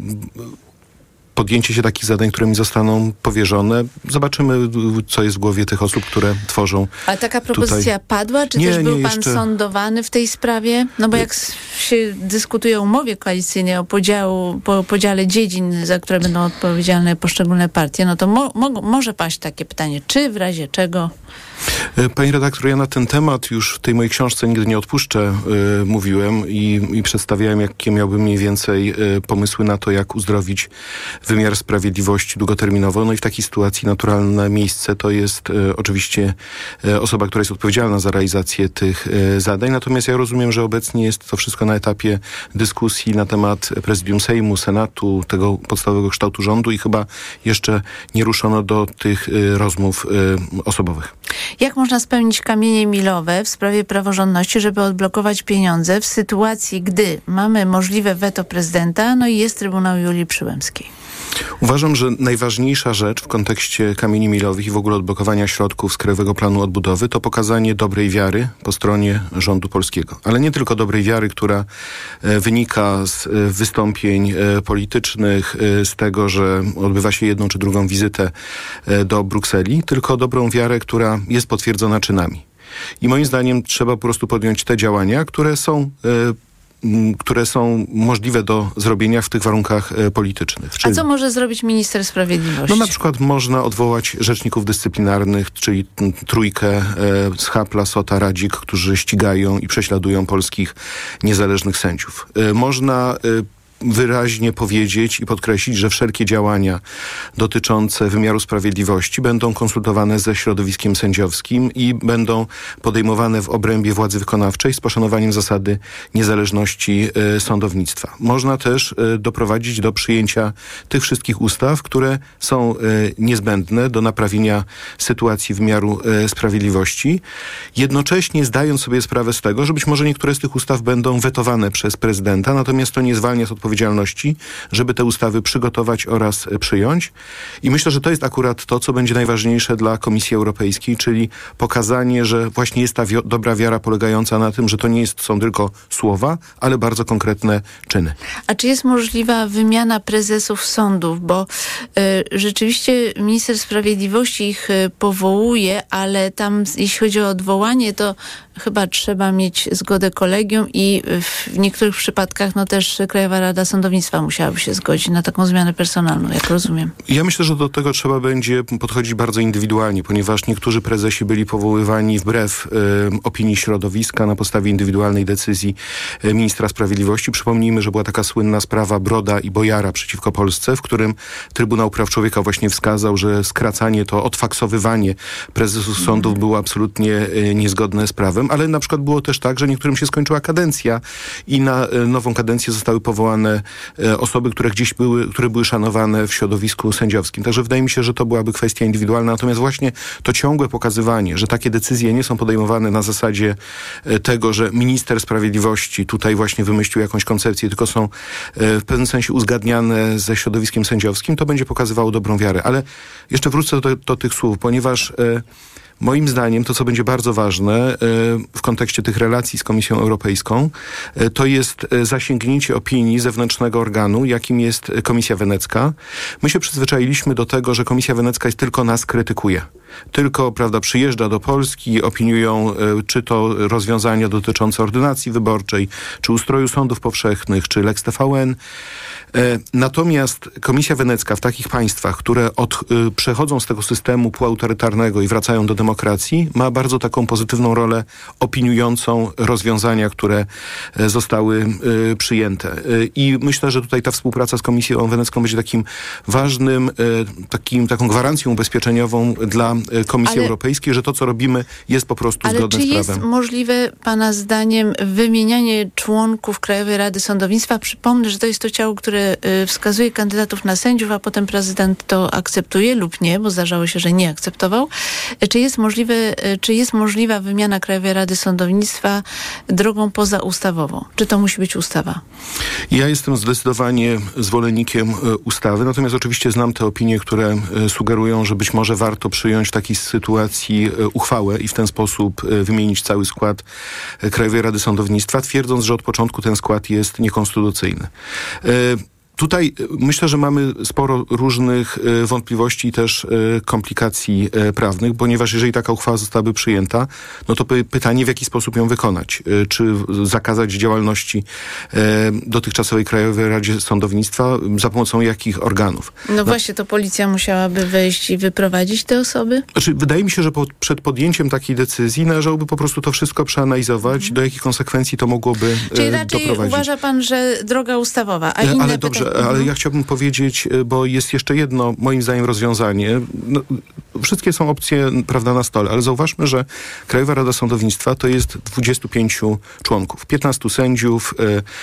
podjęcie się takich zadań, które mi zostaną powierzone. Zobaczymy, co jest w głowie tych osób, które tworzą. A taka propozycja padła? Czy też był pan sądowany w tej sprawie? No bo jak się dyskutuje o umowie koalicyjnej, o podziale dziedzin, za które będą odpowiedzialne poszczególne partie, no to może paść takie pytanie, czy w razie czego? Pani redaktor, ja na ten temat już w tej mojej książce Nigdy nie odpuszczę mówiłem i przedstawiałem, jakie miałbym mniej więcej pomysły na to, jak uzdrowić wymiar sprawiedliwości długoterminowo. No i w takiej sytuacji naturalne miejsce to jest oczywiście osoba, która jest odpowiedzialna za realizację tych zadań. Natomiast ja rozumiem, że obecnie jest to wszystko na etapie dyskusji na temat prezydium Sejmu, Senatu, tego podstawowego kształtu rządu i chyba jeszcze nie ruszono do tych rozmów osobowych. Jak można spełnić kamienie milowe w sprawie praworządności, żeby odblokować pieniądze w sytuacji, gdy mamy możliwe weto prezydenta, no i jest Trybunał Julii Przyłębskiej? Uważam, że najważniejsza rzecz w kontekście kamieni milowych i w ogóle odblokowania środków z Krajowego Planu Odbudowy to pokazanie dobrej wiary po stronie rządu polskiego. Ale nie tylko dobrej wiary, która wynika z wystąpień politycznych, z tego, że odbywa się jedną czy drugą wizytę do Brukseli, tylko dobrą wiarę, która jest potwierdzona czynami. I moim zdaniem trzeba po prostu podjąć te działania, które są możliwe do zrobienia w tych warunkach politycznych. A co może zrobić minister sprawiedliwości? No na przykład można odwołać rzeczników dyscyplinarnych, czyli trójkę Schab, Lassota, Radzik, którzy ścigają i prześladują polskich niezależnych sędziów. Można wyraźnie powiedzieć i podkreślić, że wszelkie działania dotyczące wymiaru sprawiedliwości będą konsultowane ze środowiskiem sędziowskim i będą podejmowane w obrębie władzy wykonawczej z poszanowaniem zasady niezależności sądownictwa. Można też doprowadzić do przyjęcia tych wszystkich ustaw, które są niezbędne do naprawienia sytuacji wymiaru sprawiedliwości, jednocześnie zdając sobie sprawę z tego, że być może niektóre z tych ustaw będą wetowane przez prezydenta, natomiast to nie zwalnia z odpowiedzialności, żeby te ustawy przygotować oraz przyjąć. I myślę, że to jest akurat to, co będzie najważniejsze dla Komisji Europejskiej, czyli pokazanie, że właśnie jest ta dobra wiara polegająca na tym, że to nie są tylko słowa, ale bardzo konkretne czyny. A czy jest możliwa wymiana prezesów sądów? Bo rzeczywiście minister sprawiedliwości ich powołuje, ale tam jeśli chodzi o odwołanie, to chyba trzeba mieć zgodę kolegium i w niektórych przypadkach no też Krajowa Rada Rada Sądownictwa musiałaby się zgodzić na taką zmianę personalną, jak rozumiem. Ja myślę, że do tego trzeba będzie podchodzić bardzo indywidualnie, ponieważ niektórzy prezesi byli powoływani wbrew opinii środowiska na podstawie indywidualnej decyzji ministra sprawiedliwości. Przypomnijmy, że była taka słynna sprawa Broda i Bojara przeciwko Polsce, w którym Trybunał Praw Człowieka właśnie wskazał, że skracanie to odfaksowywanie prezesów sądów było absolutnie niezgodne z prawem, ale na przykład było też tak, że niektórym się skończyła kadencja i na nową kadencję zostały powołane osoby, które były szanowane w środowisku sędziowskim. Także wydaje mi się, że to byłaby kwestia indywidualna. Natomiast właśnie to ciągłe pokazywanie, że takie decyzje nie są podejmowane na zasadzie tego, że minister sprawiedliwości tutaj właśnie wymyślił jakąś koncepcję, tylko są w pewnym sensie uzgadniane ze środowiskiem sędziowskim, to będzie pokazywało dobrą wiarę. Ale jeszcze wrócę do tych słów, ponieważ moim zdaniem to, co będzie bardzo ważne w kontekście tych relacji z Komisją Europejską, to jest zasięgnięcie opinii zewnętrznego organu, jakim jest Komisja Wenecka. My się przyzwyczailiśmy do tego, że Komisja Wenecka tylko nas krytykuje. Tylko, prawda, przyjeżdża do Polski, opiniują czy to rozwiązania dotyczące ordynacji wyborczej, czy ustroju sądów powszechnych, czy Lex TVN. Natomiast Komisja Wenecka w takich państwach, które przechodzą z tego systemu półautorytarnego i wracają do demokracji, ma bardzo taką pozytywną rolę opiniującą rozwiązania, które zostały przyjęte. I myślę, że tutaj ta współpraca z Komisją Wenecką będzie takim ważnym, taką gwarancją ubezpieczeniową dla Komisji Europejskiej, że to, co robimy, jest po prostu zgodne z prawem. Ale czy jest możliwe, Pana zdaniem, wymienianie członków Krajowej Rady Sądownictwa? Przypomnę, że to jest to ciało, które wskazuje kandydatów na sędziów, a potem prezydent to akceptuje lub nie, bo zdarzało się, że nie akceptował. Czy jest możliwa wymiana Krajowej Rady Sądownictwa drogą pozaustawową? Czy to musi być ustawa? Ja jestem zdecydowanie zwolennikiem ustawy, natomiast oczywiście znam te opinie, które sugerują, że być może warto przyjąć w takiej sytuacji uchwałę i w ten sposób wymienić cały skład Krajowej Rady Sądownictwa, twierdząc, że od początku ten skład jest niekonstytucyjny. Tutaj myślę, że mamy sporo różnych wątpliwości i też komplikacji prawnych, ponieważ jeżeli taka uchwała zostałaby przyjęta, no to pytanie, w jaki sposób ją wykonać. Czy zakazać działalności dotychczasowej Krajowej Radzie Sądownictwa, za pomocą jakich organów? No właśnie, to policja musiałaby wejść i wyprowadzić te osoby? Znaczy, wydaje mi się, że przed podjęciem takiej decyzji należałoby po prostu to wszystko przeanalizować, do jakich konsekwencji to mogłoby Czyli raczej doprowadzić. Uważa pan, że droga ustawowa, a inne Ale dobrze, ale ja chciałbym powiedzieć, bo jest jeszcze jedno, moim zdaniem, rozwiązanie. No, wszystkie są opcje, prawda, na stole, ale zauważmy, że Krajowa Rada Sądownictwa to jest 25 członków, 15 sędziów,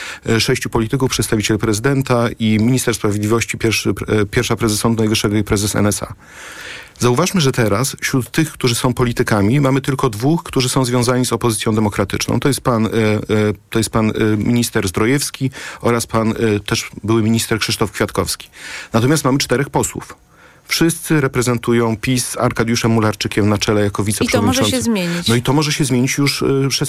6 polityków, przedstawiciel prezydenta i minister sprawiedliwości, pierwsza prezes Sądu Najwyższego i prezes NSA. Zauważmy, że teraz wśród tych, którzy są politykami, mamy tylko 2, którzy są związani z opozycją demokratyczną. To jest pan minister Zdrojewski oraz pan też były minister Krzysztof Kwiatkowski. Natomiast mamy 4 posłów. Wszyscy reprezentują PiS z Arkadiuszem Mularczykiem na czele jako wiceprzewodniczący. I to może się zmienić. No i to może się zmienić już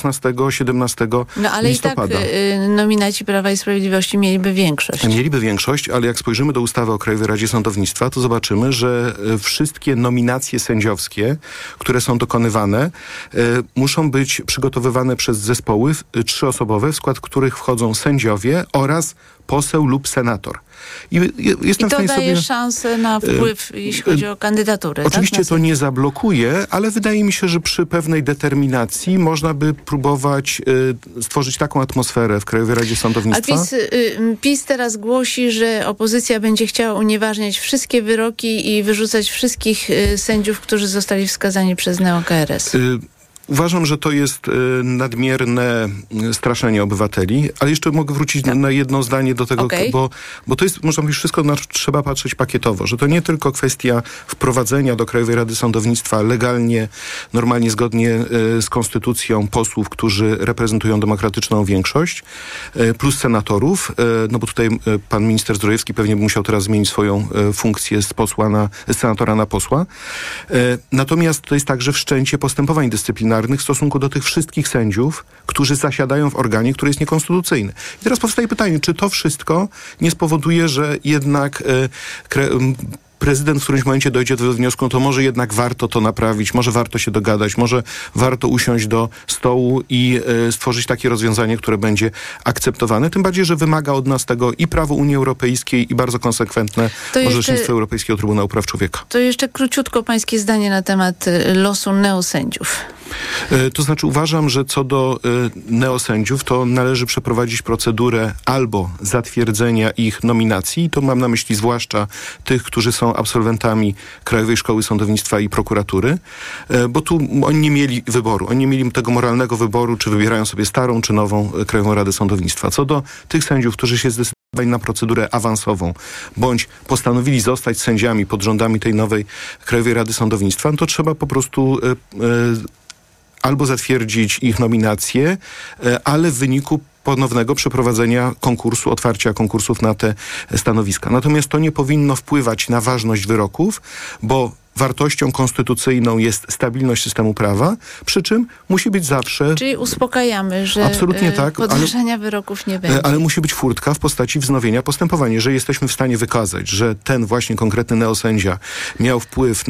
16-17 No ale listopada. i tak nominaci Prawa i Sprawiedliwości mieliby większość. Mieliby większość, ale jak spojrzymy do ustawy o Krajowej Radzie Sądownictwa, to zobaczymy, że wszystkie nominacje sędziowskie, które są dokonywane, muszą być przygotowywane przez zespoły 3-osobowe, w skład których wchodzą sędziowie oraz poseł lub senator. I to daje szansę na wpływ, jeśli chodzi o kandydatury. Oczywiście to nie zablokuje, ale wydaje mi się, że przy pewnej determinacji można by próbować stworzyć taką atmosferę w Krajowej Radzie Sądownictwa. A PiS teraz głosi, że opozycja będzie chciała unieważniać wszystkie wyroki i wyrzucać wszystkich sędziów, którzy zostali wskazani przez neo-KRS. Uważam, że to jest nadmierne straszenie obywateli, ale jeszcze mogę wrócić na jedno zdanie do tego, bo to jest, można powiedzieć, wszystko trzeba patrzeć pakietowo, że to nie tylko kwestia wprowadzenia do Krajowej Rady Sądownictwa legalnie, normalnie, zgodnie z konstytucją posłów, którzy reprezentują demokratyczną większość, plus senatorów, no bo tutaj pan minister Zdrojewski pewnie by musiał teraz zmienić swoją funkcję z senatora na posła. Natomiast to jest także wszczęcie postępowań dyscyplinarnych w stosunku do tych wszystkich sędziów, którzy zasiadają w organie, który jest niekonstytucyjny. I teraz powstaje pytanie, czy to wszystko nie spowoduje, że jednak prezydent w którymś momencie dojdzie do wniosku, to może jednak warto to naprawić, może warto się dogadać, może warto usiąść do stołu i stworzyć takie rozwiązanie, które będzie akceptowane. Tym bardziej, że wymaga od nas tego i prawo Unii Europejskiej, i bardzo konsekwentne orzecznictwo Europejskiego Trybunału Praw Człowieka. To jeszcze króciutko pańskie zdanie na temat losu neosędziów. To znaczy uważam, że co do neosędziów, to należy przeprowadzić procedurę albo zatwierdzenia ich nominacji, i to mam na myśli zwłaszcza tych, którzy są absolwentami Krajowej Szkoły Sądownictwa i Prokuratury, bo tu oni nie mieli wyboru. Oni nie mieli tego moralnego wyboru, czy wybierają sobie starą, czy nową Krajową Radę Sądownictwa. Co do tych sędziów, którzy się zdecydowali na procedurę awansową, bądź postanowili zostać sędziami pod rządami tej nowej Krajowej Rady Sądownictwa, no to trzeba po prostu albo zatwierdzić ich nominacje, ale w wyniku ponownego przeprowadzenia konkursu, otwarcia konkursów na te stanowiska. Natomiast to nie powinno wpływać na ważność wyroków, bo wartością konstytucyjną jest stabilność systemu prawa, przy czym musi być zawsze... Czyli uspokajamy, że absolutnie tak, podważania wyroków nie będzie. Ale musi być furtka w postaci wznowienia postępowania. Jeżeli jesteśmy w stanie wykazać, że ten właśnie konkretny neosędzia miał wpływ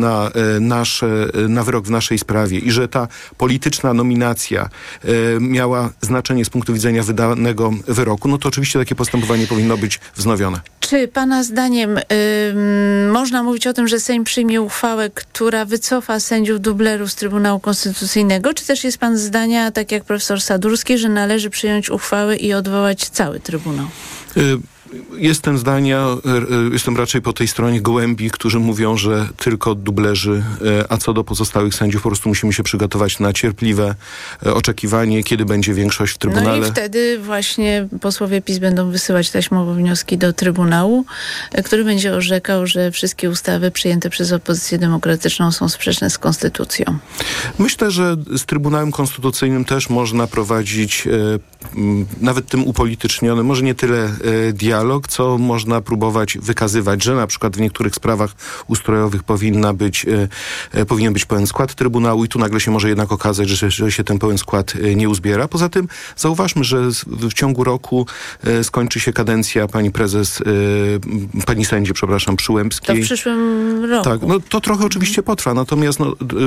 na wyrok w naszej sprawie i że ta polityczna nominacja miała znaczenie z punktu widzenia wydanego wyroku, no to oczywiście takie postępowanie powinno być wznowione. Czy pana zdaniem można mówić o tym, że Sejm przyjmie uchwałę, która wycofa sędziów dublerów z Trybunału Konstytucyjnego, czy też jest pan zdania, tak jak profesor Sadurski, że należy przyjąć uchwałę i odwołać cały Trybunał? Jestem raczej po tej stronie gołębi, którzy mówią, że tylko dublerzy, a co do pozostałych sędziów, po prostu musimy się przygotować na cierpliwe oczekiwanie, kiedy będzie większość w Trybunale. No i wtedy właśnie posłowie PiS będą wysyłać taśmowo wnioski do Trybunału, który będzie orzekał, że wszystkie ustawy przyjęte przez opozycję demokratyczną są sprzeczne z konstytucją. Myślę, że z Trybunałem Konstytucyjnym też można prowadzić nawet tym upolitycznionym, może nie tyle dialog, co można próbować wykazywać, że na przykład w niektórych sprawach ustrojowych powinien być pełen skład Trybunału i tu nagle się może jednak okazać, że się ten pełen skład nie uzbiera. Poza tym zauważmy, że w ciągu roku skończy się kadencja pani sędzi, Przyłębskiej. To w przyszłym roku. Tak, no to trochę oczywiście potrwa, natomiast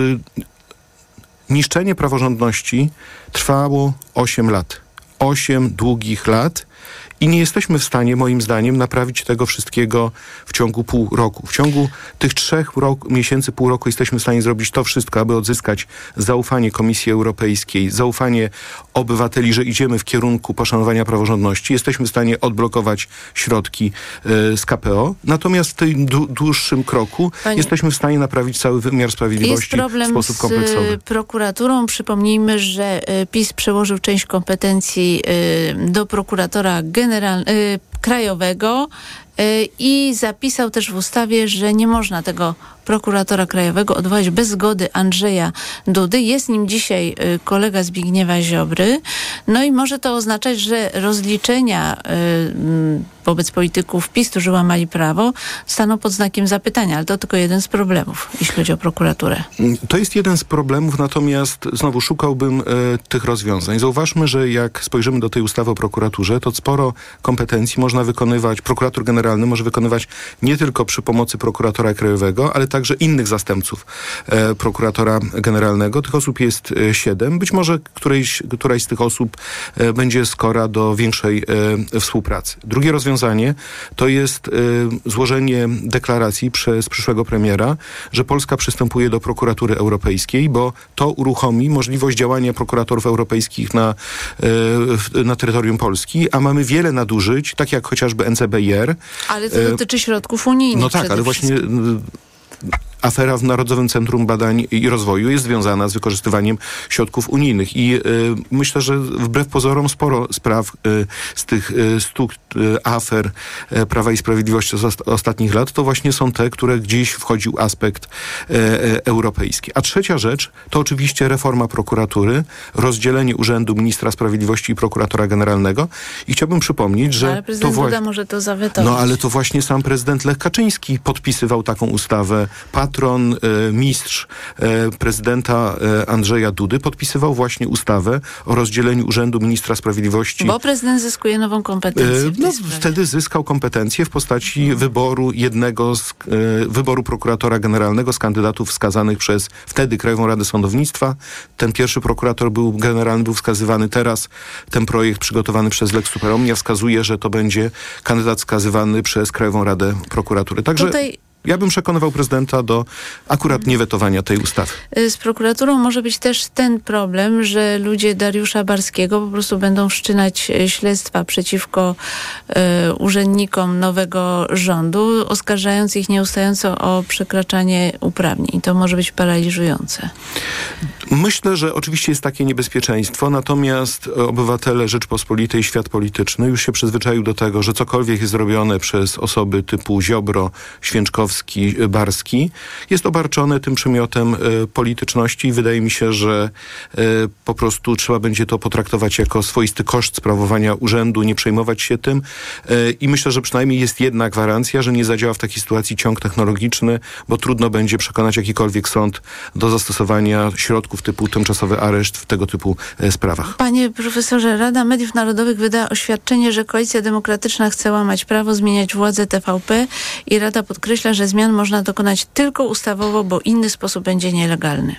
niszczenie praworządności trwało 8 lat. 8 długich lat i nie jesteśmy w stanie, moim zdaniem, naprawić tego wszystkiego w ciągu pół roku. W ciągu tych 3 miesięcy, pół roku jesteśmy w stanie zrobić to wszystko, aby odzyskać zaufanie Komisji Europejskiej, zaufanie obywateli, że idziemy w kierunku poszanowania praworządności. Jesteśmy w stanie odblokować środki z KPO. Natomiast w tym dłuższym kroku jesteśmy w stanie naprawić cały wymiar sprawiedliwości w sposób kompleksowy. Jest problem z prokuraturą. Przypomnijmy, że PiS przełożył część kompetencji do prokuratora krajowego i zapisał też w ustawie, że nie można tego prokuratora krajowego odwołać bez zgody Andrzeja Dudy. Jest nim dzisiaj kolega Zbigniewa Ziobry. No i może to oznaczać, że rozliczenia wobec polityków PiS, którzy łamali prawo, staną pod znakiem zapytania. Ale to tylko jeden z problemów, jeśli chodzi o prokuraturę. To jest jeden z problemów, natomiast znowu szukałbym tych rozwiązań. Zauważmy, że jak spojrzymy do tej ustawy o prokuraturze, to sporo kompetencji można wykonywać, prokurator generalny może wykonywać nie tylko przy pomocy prokuratora krajowego, ale także innych zastępców prokuratora generalnego. Tych osób jest 7. Być może któraś z tych osób będzie skora do większej współpracy. Drugie rozwiązanie to jest złożenie deklaracji przez przyszłego premiera, że Polska przystępuje do prokuratury europejskiej, bo to uruchomi możliwość działania prokuratorów europejskich na terytorium Polski, a mamy wiele nadużyć, tak jak chociażby NCBR. Ale to dotyczy środków unijnych. No tak, ale właśnie afera w Narodowym Centrum Badań i Rozwoju jest związana z wykorzystywaniem środków unijnych i myślę, że wbrew pozorom sporo spraw z tych 100 afer Prawa i Sprawiedliwości z ostatnich lat to właśnie są te, które gdzieś wchodził aspekt europejski. A trzecia rzecz to oczywiście reforma prokuratury, rozdzielenie Urzędu Ministra Sprawiedliwości i Prokuratora Generalnego i chciałbym przypomnieć, że ale prezydent Duda może to zawetować. No ale to właśnie sam prezydent Lech Kaczyński podpisywał taką ustawę, padł patron, mistrz prezydenta Andrzeja Dudy podpisywał właśnie ustawę o rozdzieleniu Urzędu Ministra Sprawiedliwości. Bo prezydent zyskuje nową kompetencję. Wtedy zyskał kompetencję w postaci wyboru wyboru prokuratora generalnego z kandydatów wskazanych przez wtedy Krajową Radę Sądownictwa. Ten pierwszy prokurator generalny był wskazywany. Teraz ten projekt przygotowany przez Lex Super Omnia wskazuje, że to będzie kandydat wskazywany przez Krajową Radę Prokuratury. Także ja bym przekonywał prezydenta do akurat niewetowania tej ustawy. Z prokuraturą może być też ten problem, że ludzie Dariusza Barskiego po prostu będą wszczynać śledztwa przeciwko urzędnikom nowego rządu, oskarżając ich nieustająco o przekraczanie uprawnień. To może być paraliżujące. Myślę, że oczywiście jest takie niebezpieczeństwo, natomiast obywatele Rzeczpospolitej, świat polityczny już się przyzwyczaił do tego, że cokolwiek jest robione przez osoby typu Ziobro, Święczkowski, Barski, jest obarczone tym przymiotem polityczności i wydaje mi się, że po prostu trzeba będzie to potraktować jako swoisty koszt sprawowania urzędu, nie przejmować się tym i myślę, że przynajmniej jest jedna gwarancja, że nie zadziała w takiej sytuacji ciąg technologiczny, bo trudno będzie przekonać jakikolwiek sąd do zastosowania środków typu tymczasowy areszt w tego typu sprawach. Panie profesorze, Rada Mediów Narodowych wydała oświadczenie, że Koalicja Demokratyczna chce łamać prawo, zmieniać władzę TVP i Rada podkreśla, że zmian można dokonać tylko ustawowo, bo inny sposób będzie nielegalny.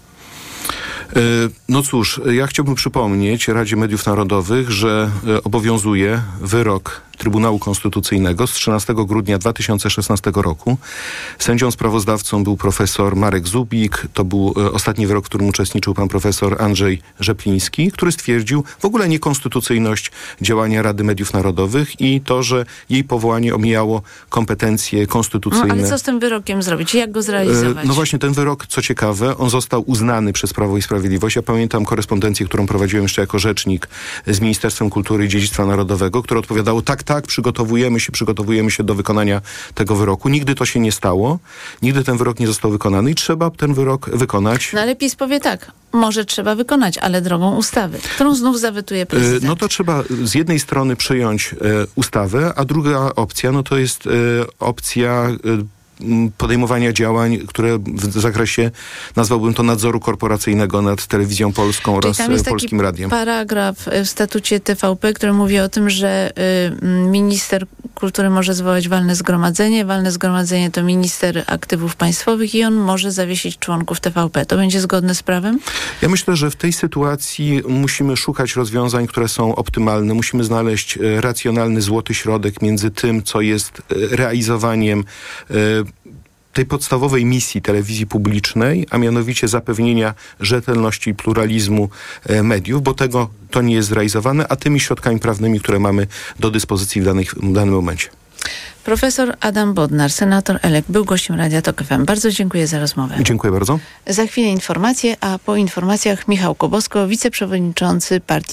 No cóż, ja chciałbym przypomnieć Radzie Mediów Narodowych, że obowiązuje wyrok Trybunału Konstytucyjnego z 13 grudnia 2016 roku. Sędzią sprawozdawcą był profesor Marek Zubik. To był ostatni wyrok, w którym uczestniczył pan profesor Andrzej Rzepliński, który stwierdził w ogóle niekonstytucyjność działania Rady Mediów Narodowych i to, że jej powołanie omijało kompetencje konstytucyjne. No, ale co z tym wyrokiem zrobić? Jak go zrealizować? No właśnie, ten wyrok, co ciekawe, on został uznany przez Prawo i Sprawiedliwość. Ja pamiętam korespondencję, którą prowadziłem jeszcze jako rzecznik z Ministerstwem Kultury i Dziedzictwa Narodowego, które odpowiadało tak, przygotowujemy się do wykonania tego wyroku. Nigdy to się nie stało. Nigdy ten wyrok nie został wykonany i trzeba ten wyrok wykonać. No ale PiS powie tak, może trzeba wykonać, ale drogą ustawy, którą znów zawetuje prezydent. No to trzeba z jednej strony przyjąć ustawę, a druga opcja, no to jest opcja podejmowania działań, które w zakresie, nazwałbym to, nadzoru korporacyjnego nad Telewizją Polską oraz Polskim Radiem. Paragraf w statucie TVP, który mówi o tym, że minister kultury może zwołać walne zgromadzenie. Walne zgromadzenie to minister aktywów państwowych i on może zawiesić członków TVP. To będzie zgodne z prawem? Ja myślę, że w tej sytuacji musimy szukać rozwiązań, które są optymalne. Musimy znaleźć racjonalny złoty środek między tym, co jest realizowaniem tej podstawowej misji telewizji publicznej, a mianowicie zapewnienia rzetelności i pluralizmu mediów, bo to nie jest zrealizowane, a tymi środkami prawnymi, które mamy do dyspozycji w danym momencie. Profesor Adam Bodnar, senator elekt, był gościem Radia Tok FM. Bardzo dziękuję za rozmowę. Dziękuję bardzo. Za chwilę informacje, a po informacjach Michał Kobosko, wiceprzewodniczący partii